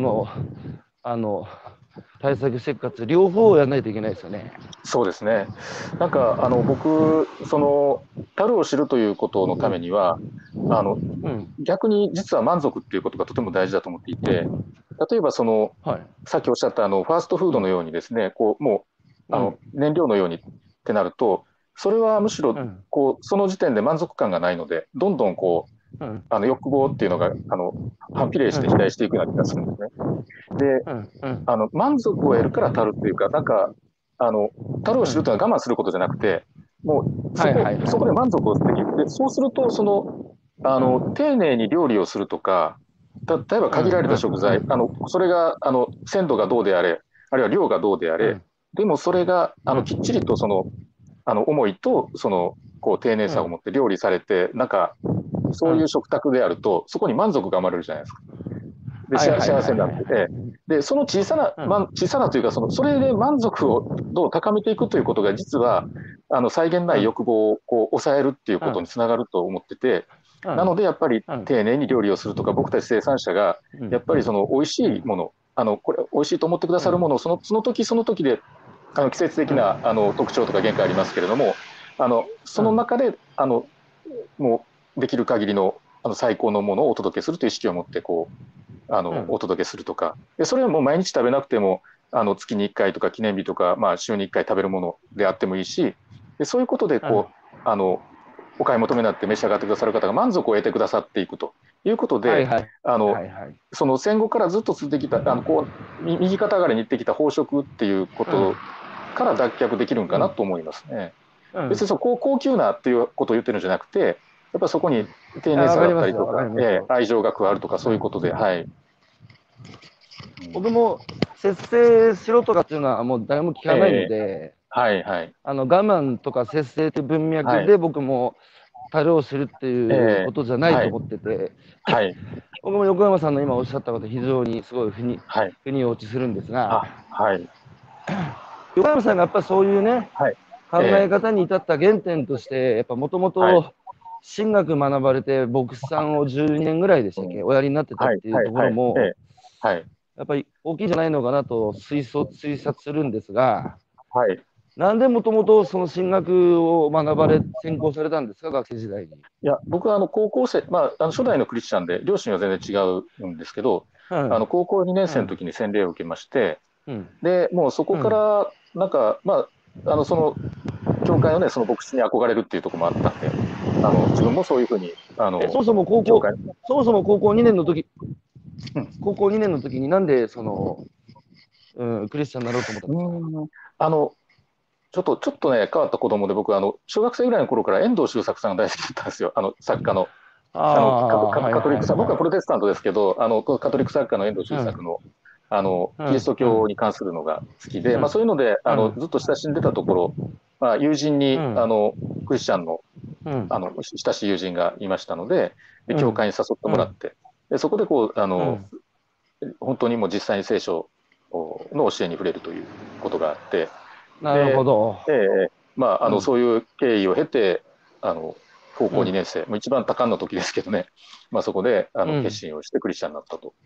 対策していくかって、両方をやらないといけないですよね。 そうですね。なんか僕樽を知るということのためには逆に実は満足っていうことがとても大事だと思っていて、例えばはい、 さっきおっしゃったファーストフードのようにですね、こうもう燃料のようにってなると、それはむしろその時点で満足感がないので、どんどん欲望っていうのが反比例して肥大していくような気がするんですね。で、満足を得るから足るっていうか、なんか足るを知るというのは我慢することじゃなくて、もうそこで満足をできる。で、そうすると丁寧に料理をするとか、例えば限られた食材、それが鮮度がどうであれ、あるいは量がどうであれ、でもそれがきっちりと思いと丁寧さを持って料理されて、なんかそういう食卓であると、そこに満足が生まれるじゃないですか。で、幸せになってて、で、その小さなというか、それで満足をどう高めていくということが、実は、際限ない欲望を抑えるっていうことにつながると思ってて、なので、やっぱり丁寧に料理をするとか、僕たち生産者が、やっぱり美味しいもの、これ、美味しいと思ってくださるものを、その時その時で、季節的な特徴とか限界ありますけれども、その中で、もうできる限りの最高のものをお届けするという意識を持ってお届けするとか、でそれはもう毎日食べなくても月に1回とか記念日とか、週に1回食べるものであってもいいし、でそういうことでお買い求めになって召し上がってくださる方が満足を得てくださっていくということで、その戦後からずっと続いてきた右肩上がりに行ってきた飽食っていうことから脱却できるんかなと思いますね。別に高級なっていうことを言ってるんじゃなくて、やっぱりそこに丁寧さだったりとか、愛情が加わるとか、そういうことで、はい。 僕も節制しろとかっていうのはもう誰も聞かないので、 はいはい、 我慢とか節制という文脈で僕も樽を知るっていうことじゃないと思ってて、僕も横山さんの今おっしゃったこと非常にすごい腑に落ちするんですが、横山さんがやっぱりそういうね、考え方に至った原点として、やっぱもともと神学学ばれて牧師さんを12年ぐらいでしたっけ、おやりになってたっていうところも、やっぱり大きいんじゃないのかなと推察するんですが、なんでもともとその神学を学ばれ、専攻されたんですか、学生時代に。いや、僕は高校生、初代のクリスチャンで、両親は全然違うんですけど、高校2年生の時に洗礼を受けまして、で、もうそこから、なんか、その、教会のね、その牧師に憧れるっていうところもあったんで、自分もそういうふうに、 そもそも高校2年の時、高校2年の時になんでクリスチャンになろうと思ったんですか。 ちょっとね、変わった子供で、僕、小学生ぐらいの頃から遠藤周作さんが大好きだったんですよ、作家の。カトリックさん、僕はプロテスタントですけど、カトリック作家の遠藤周作の、キリスト教に関するのが好きで、そういうので、ずっと親しんでたところ、友人に、クリスチャンの、親しい友人がいましたので、教会に誘ってもらって、でそこで本当にもう実際に聖書の教えに触れるということがあって、 なるほど。 そういう経緯を経て、高校2年生、一番多感な時ですけどね、そこで決心をしてクリスチャンになったと。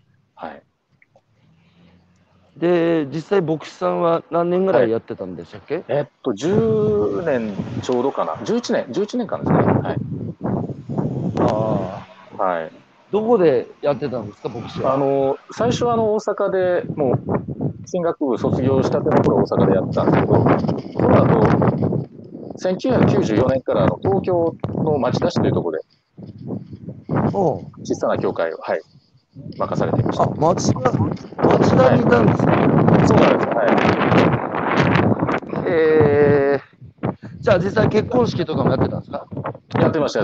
で、実際牧師さんは何年ぐらいやってたんでしたっけ ？10年ちょうどかな。11年間ですね。 どこでやってたんですか、牧師は。 最初は大阪でもう進学部卒業したての頃大阪でやってたんですけど、その後1994年から東京の町田市というところで小さな教会を、任されていました。 町田にいたんですね。 そうなんです。 じゃあ実際結婚式とかもやってたんですか？ やってました。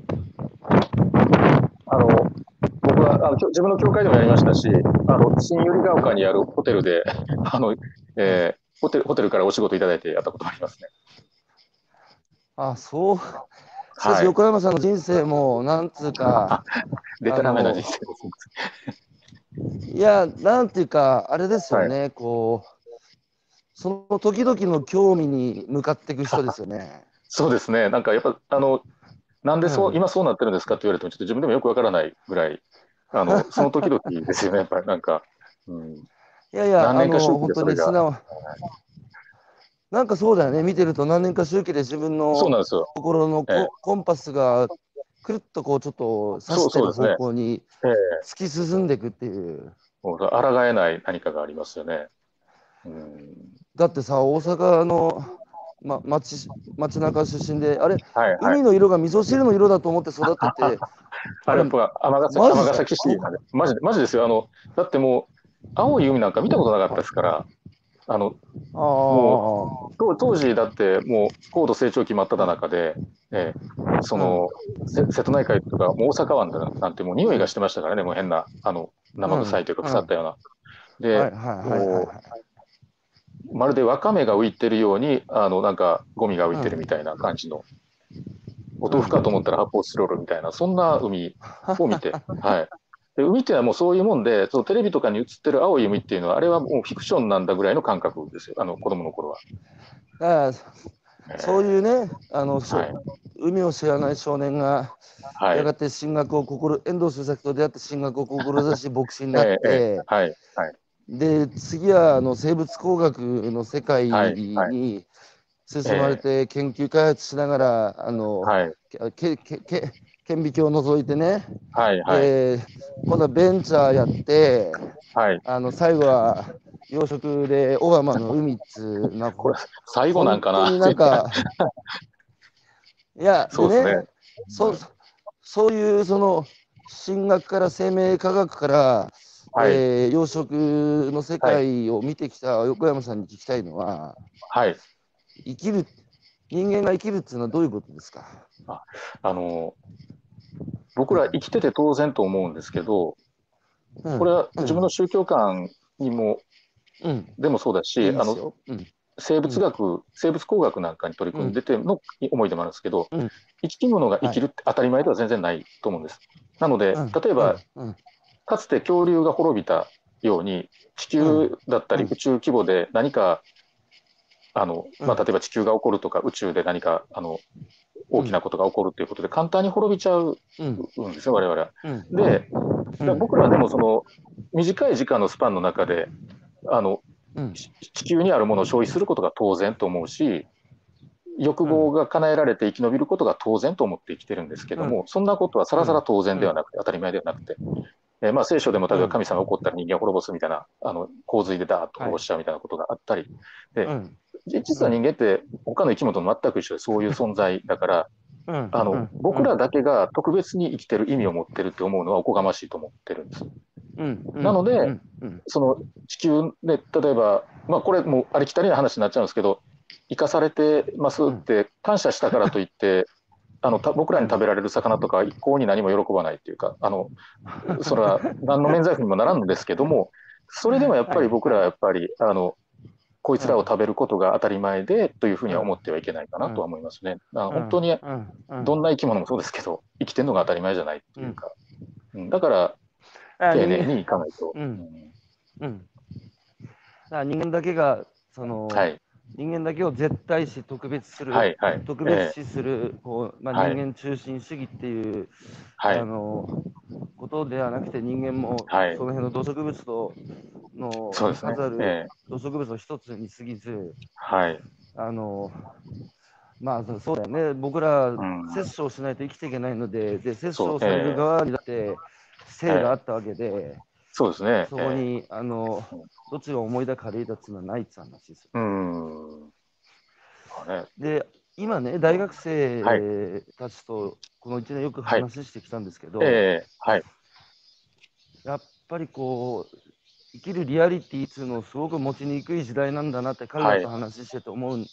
僕は自分の教会でもやりましたし、新百合ヶ丘にあるホテルでホテルからお仕事いただいてやったこともありますね。 そう。しかし横山さんの人生もなんつうかでたらめな人生です。 いや、なんていうかあれですよね、 その時々の興味に向かっていく人ですよね。 そうですね。なんかやっぱなんで今そうなってるんですかって言われてもちょっと自分でもよくわからないぐらいその時々ですよね。やっぱりなんか、うん、 いやいや、 何年か周期本当でそれが。 に素直。なんかそうだよね、見てると何年か周期で自分のそうなんですよ。 心のええ、 コンパスがくるっとこうちょっと指してる方そうですね。 向にええ、 突き進んでいくっていう。 もう抗えない何かがありますよね。うん、 だってさ、大阪の、街中出身で、あれ、 はいはい。 海の色が味噌汁の色だと思って育ってて、あれ、 やっぱ尼マジじゃん。 崎市なんで、マジですよ。だってもう、青い海なんか見たことなかったですから、あの、 あもう、 あ、 当時だってもう高度成長期真っ只中で、そうん、 の、瀬戸内海とか、もう大阪湾だなんてもう匂いがしてましたからね、もう変な、生うん、 臭いというかうん。 腐ったような。で、 はいはいはいはいもはい。 う、まるでワカメが浮いてるように、なんかゴミが浮いうん、 てるみたいな感じの、おうん。 豆腐かと思ったら発泡スチロールみたいな、そんな海を見て、はい。で、海っていうのはもうそういうもんで、そのテレビとかに映ってる青い海っていうのは、あれはもうフィクションなんだぐらいの感覚ですよ。子供の頃は。 だからそういうね、 はい。 海を知らない少年が、 はい。 やがて遠藤周作と出会って進学を志し、牧師になっええ、 て、 はい。はい。 で、次は生物工学の世界はい。はい。 に進まれええ、 て、研究開発しながら、 はい。 顕微鏡を覗いてね、 はい。はい。 で、今度はベンチャーやって、 はい。 最後は養殖で小浜の海っつう、 これ、最後なんかな。 本当になんか、いや、でそうですね。 ね、そ、 うん、 そういう進学から生命科学から、 はい。 養殖の世はい。 界を見てきた横山さんに聞きたいのは、 はい。 生きる、人間が生きるっていうのはどういうことですか？ あ、あの、僕ら生きてて当然と思うんですけど、 うん、 これはうん、 自分の宗教観にも、 うん、 でもそうだし、 いいですよ。うん、うん、 生物工学なんかに取りうん、 組んでての思いでもあるんですけど、 うん、 生き物が生はい。 きるって当たり前では全然ないと思うんです。なので、 うん、うん、 例えば、 うん、 かつて恐竜が滅びたように、地うん、 球だったうん、 り宇宙規模で何か、 うん、 例えば地球が起こるとか、宇宙で何か、大きなうん、 ことが起こるということで、簡単に滅びちゃうん、 うんですよ、我々は。 うん、 で、 うん、 僕らはでもその、短い時間のスパンの中で、あの、 うん、 地球にあるものを消費することが当然と思うし、欲うん、 望が叶えられて生き延びることが当然と思って生きてるんですけうん、 ども、そんなことはさうん、 らさら当然うん、 ではなくて、当たり前ではなくて、まあ聖書でも例えば神様が怒ったら人間を滅ぼすみたいな、洪水でダーッとはい。 滅ぼしちゃうみたいなことがあったり、で、 うん、 実はうん、 人間って他の生き物と全く一緒でそういう存在だから、 うん、うん、うん、 僕らだけが特別に生きてる意味を持ってるって思うのはおこがましいと思ってるんです。 うん、うん、 なので、 うん、うん、 その地球で、例えば、まあこれもうありきたりな話になっちゃうんですけど、生かされてますうん、 って感謝したからといって、僕らに食べられる魚とか一向に何も喜ばないっていうか、それは何の免罪符にもならんのですけども、それでもやっぱりはい、 僕らはやっぱり、こいつらをうん、 食べることが当たり前でというふうには思うん、 ってはいけないかなとはうん、 思いますね。 うん、 本当にうん、うん、 どんな生き物もそうですけど、生きてるのが当たり前じゃないってうん。 いうか、だから丁寧あ、 にいかないと。 うん、うん。人間だけが、 はい、 人間だけを絶対視、 はい、はい、 特別視する、 はい、 人間中心主義っていう、 はい、 ことではなくて、人間もはい、 その辺の動植物にそうですね。 数ある動植物の一つに過ぎず、 はい、 あの、そうだよね。僕ら、 うん、 殺生しないと生きていけないので、殺そう、 生される側にだって性があえったわけで、 そうですね。 そこに、どっちが重いだ軽いだっていうのはないって話ですようね。 ん、ね、 で、今ね、 うん、 大学はい、 生たちとこの1年よくはい、 話してきたんですけど、 はい、 やっぱり生きるリアリティっていうのをすごく持ちにくい時代なんだなって彼らはい、 と話してて思うんです。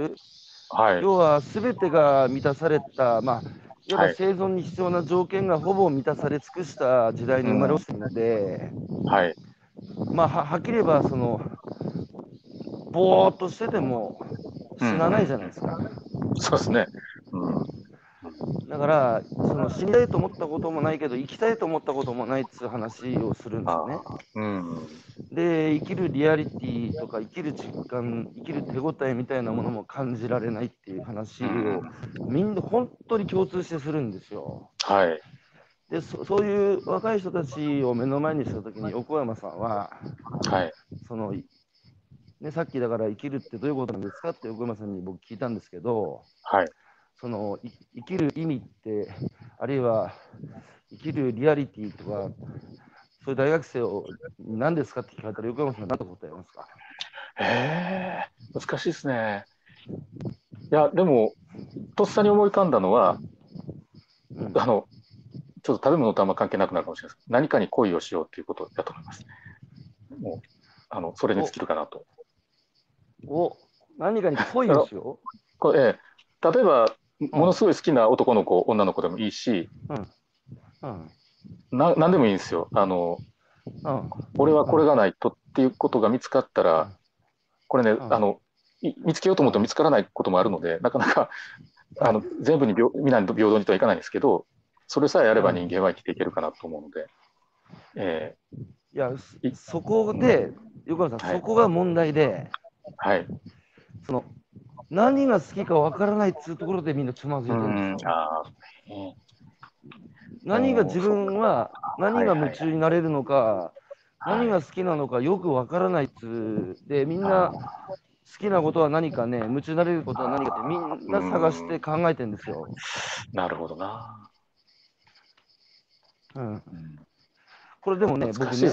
はい、 要は全てが満たされた、いわばはい、 生存に必要な条件がほぼ満たされ尽くした時代に生まれうん、 落ちてるので、 はい、 はっきり言えばぼーっとしててもうん、 死なないじゃうん、うん、 ないですか。 そうですね。うん、うん、 だからその死にたいと思ったこともないけど生きたいと思ったこともないっていう話をするんですよね。で生きるリアリティとか生きる実感、生きる手応えみたいなものも感じられないっていう話をみんな本当に共通してするんですよ。 はい。 でそういう若い人たちを目の前にしたときに横山さんは、 はい、 そのね、さっきだから生きるってどういうことなんですかって横山さんに僕聞いたんですけど、 はい、 その生きる意味ってあるいは生きるリアリティとかそういう大学生を何ですかって聞かれたら横山さんは何と答えますか？ 難しいですね。いやでもとっさに思い浮かんだのは、ちょっと食べ物とあんま関係なくなるかもしれないです。何かに恋をしようということだと思います。もうそれに尽きるかなと。 何かに恋をしよう。例えばものすごい好きな男の子、女の子でもいいし、何でもいいんですよ。俺はこれがないとっていうことが見つかったら、これね、見つけようと思うと見つからないこともあるので、なかなか全部にみんなに平等にとはいかないんですけど、それさえあれば人間は生きていけるかなと思うので。 いや、そこで、横山さん、そこが問題で、 はい、 その何が好きかわからないっていうところでみんなつまずいてるんですよ。何が自分は何が夢中になれるのか、何が好きなのかよくわからないっつで、みんな好きなことは何かね、夢中になれることは何かってみんな探して考えてるんですよ。 なるほどな。 これでもね、僕ね、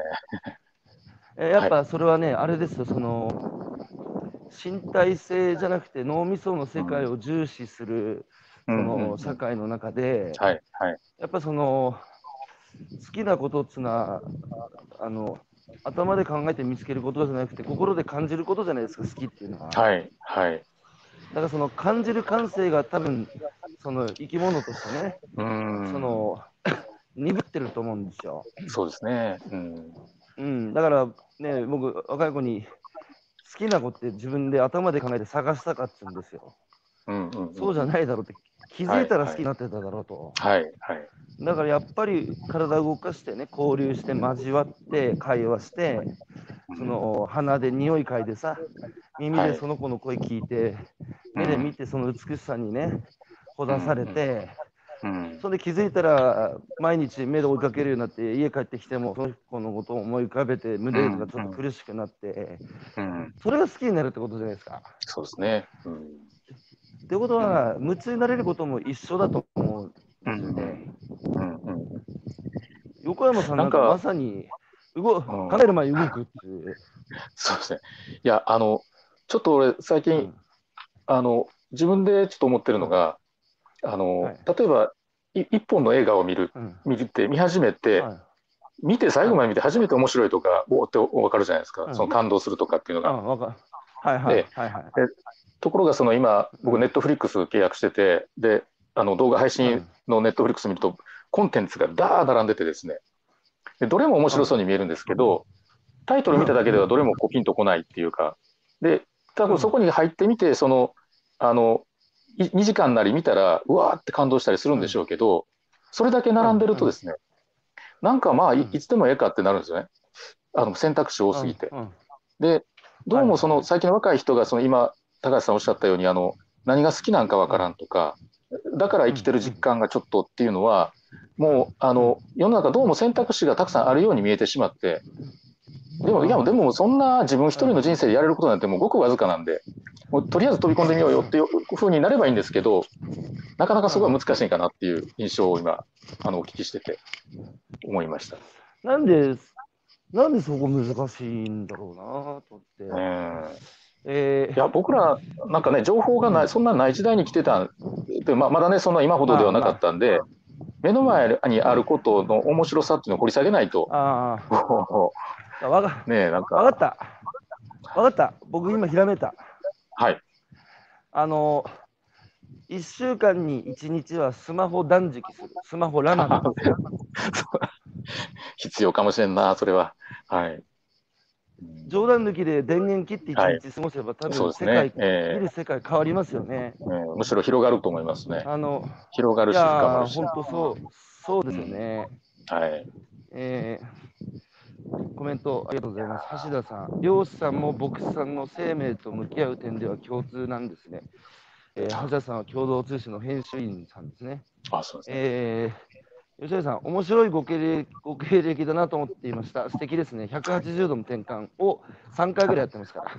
やっぱそれはね、あれですよ、その身体性じゃなくて脳みその世界を重視するその社会の中で、やっぱその好きなことっつうのは頭で考えて見つけることじゃなくて心で感じることじゃないですか、好きっていうのは。 はいはい。 だからその感じる感性が多分その生き物としてね、その鈍ってると思うんですよ。 そうですね。 だからね、僕若い子に好きな子って自分で頭で考えて探したかっつうんですよ。そうじゃないだろうって、気づいたら好きになってただろうと。だからやっぱり体を動かしてね、交流して交わって会話して、その鼻で匂い嗅いでさ、耳でその子の声聞いて、目で見てその美しさにね、ほだされて、それで気づいたら毎日目で追いかけるようになって家帰ってきてもその子のことを思い浮かべて胸がちょっと苦しくなって、それが好きになるってことじゃないですか。 そうですね。 ってことは夢中になれることも一緒だと思うんですよね。横山さんなんかまさに考える前に動くっていう。 そうですね。いやちょっと俺最近、自分でちょっと思ってるのが、例えば一本の映画を見始めて、見て最後まで見て初めて面白いとかおって分かるじゃないですか、その感動するとかっていうのが。ところがその今僕ネットフリックス契約してて、で動画配信のネットフリックス見るとコンテンツがダー並んでてですね、でどれも面白そうに見えるんですけど、タイトル見ただけではどれもこうピンとこないっていうか、で多分そこに入ってみてその2時間なり見たらうわーって感動したりするんでしょうけど、それだけ並んでるとですね、なんかまあいつでもええかってなるんですよね。選択肢多すぎて。でどうもその最近の若い人がその今高橋さんおっしゃったように何が好きなんかわからんとか、だから生きてる実感がちょっとっていうのはもう世の中どうも選択肢がたくさんあるように見えてしまって、でもそんな自分一人の人生でやれることなんてもうごくわずかなんで、もうとりあえず飛び込んでみようよっていうふうになればいいんですけど、なかなかそこは難しいかなっていう印象を今お聞きしてて思いました。 なんでそこ難しいんだろうなと思って。 いや僕らなんかね情報がそんなない時代に来てたで、まだねそんな今ほどではなかったんで、目の前にあることの面白さっていうのを掘り下げないと。 分かった。僕今ひらめいた。 はい。 1週間に1日はスマホ断食する。スマホラマダン。 必要かもしれんな、それは。はい。 冗談抜きで電源切って一日過ごせば、多分世界、見る世界変わりますよね。 むしろ広がると思いますね。広がるし、 いや深まるし。 本当そうですよね。 はい。 コメントありがとうございます。橋田さん、漁師さんも牧師さんの生命と向き合う点では共通なんですね。橋田さんは共同通信の編集員さんですね。 あ、そうですね。 吉田さん、面白いご経歴だなと思っていました。素敵ですね。180度の転換を3回ぐらいやってますから。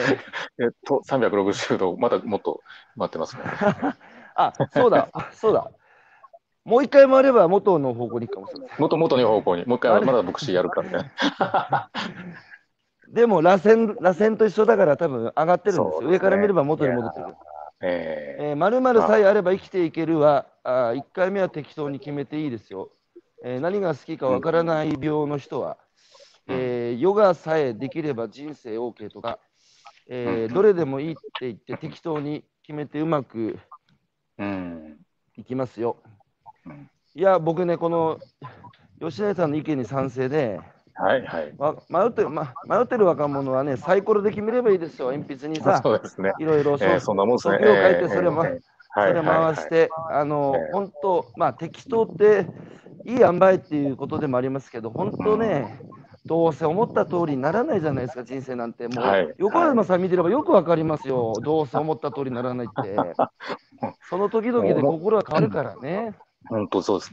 360度、まだもっと待ってますね。 あ、そうだ。もう1回回れば元の方向に行くかもしれません。 元の方向に、もう一回まだ牧師やるかみたいな。 でも螺旋と一緒だから多分上がってるんですよ。上から見れば元に戻ってる。〇〇さえあれば生きていけるは、1回目は適当に決めていいですよ。何が好きかわからない病の人は、ヨガさえできれば人生 OK とか、どれでもいいって言って適当に決めてうまくいきますよ。いや、僕ね、この吉成さんの意見に賛成で、迷ってる若者はね、サイコロで決めればいいですよ、鉛筆にさ、いろいろ書記を書いて、それ回して、本当、適当っていい塩梅っていうことでもありますけど、本当ね、どうせ思った通りにならないじゃないですか、人生なんて。もう、横山さん見てればよくわかりますよ、どうせ思った通りにならないって。その時々で心は変わるからね。 本当そうです。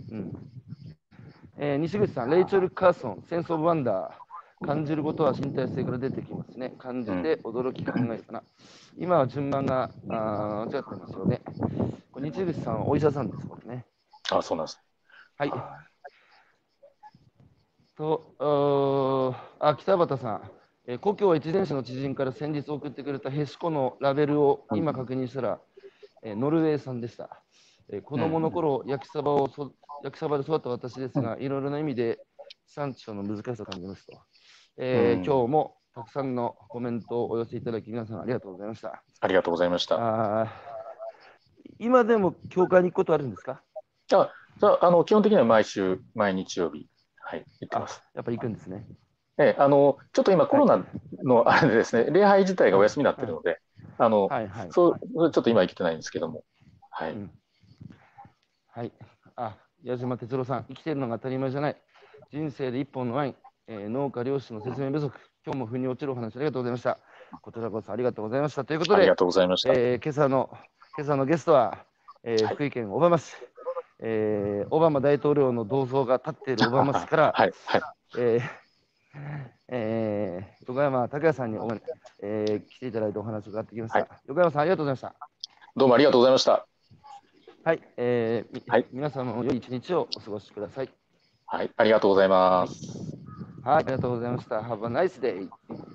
西口さん、レイチェル・カーソン、センス・オブ・ワンダー、感じることは身体性から出てきますね。感じて驚き考えたな。今は順番が間違ってますよね。西口さんはお医者さんですもんね。 あ、そうなんです。 はい。北畑さん、故郷越前市の知人から先日送ってくれたへしこのラベルを今確認したら、ノルウェー産でした。子供の頃、焼きそばで育った私ですが、いろいろな意味で産地の難しさを感じますと。今日もたくさんのコメントをお寄せいただき、皆さんありがとうございました。 ありがとうございました。 今でも教会に行くことあるんですか？ 基本的には毎日曜日、行ってます。 やっぱり行くんですね。 ちょっと今コロナのあれでですね、礼拝自体がお休みになっているので、ちょっと今行けてないんですけども。はい。 矢島哲郎さん、生きているのが当たり前じゃない。人生で一本のワイン、農家漁師の説明不足。今日も腑に落ちるお話ありがとうございました。こちらこそありがとうございました。ということで、 ありがとうございました。 今朝のゲストは、福井県小浜市、オバマ大統領の銅像が立っている小浜市から、横山拓也さんに来ていただいてお話を伺ってきました。横山さん、ありがとうございました。 どうもありがとうございました。 はい、皆様も良い一日をお過ごしください。 はい、ありがとうございます。 はい、ありがとうございました。Have a nice day.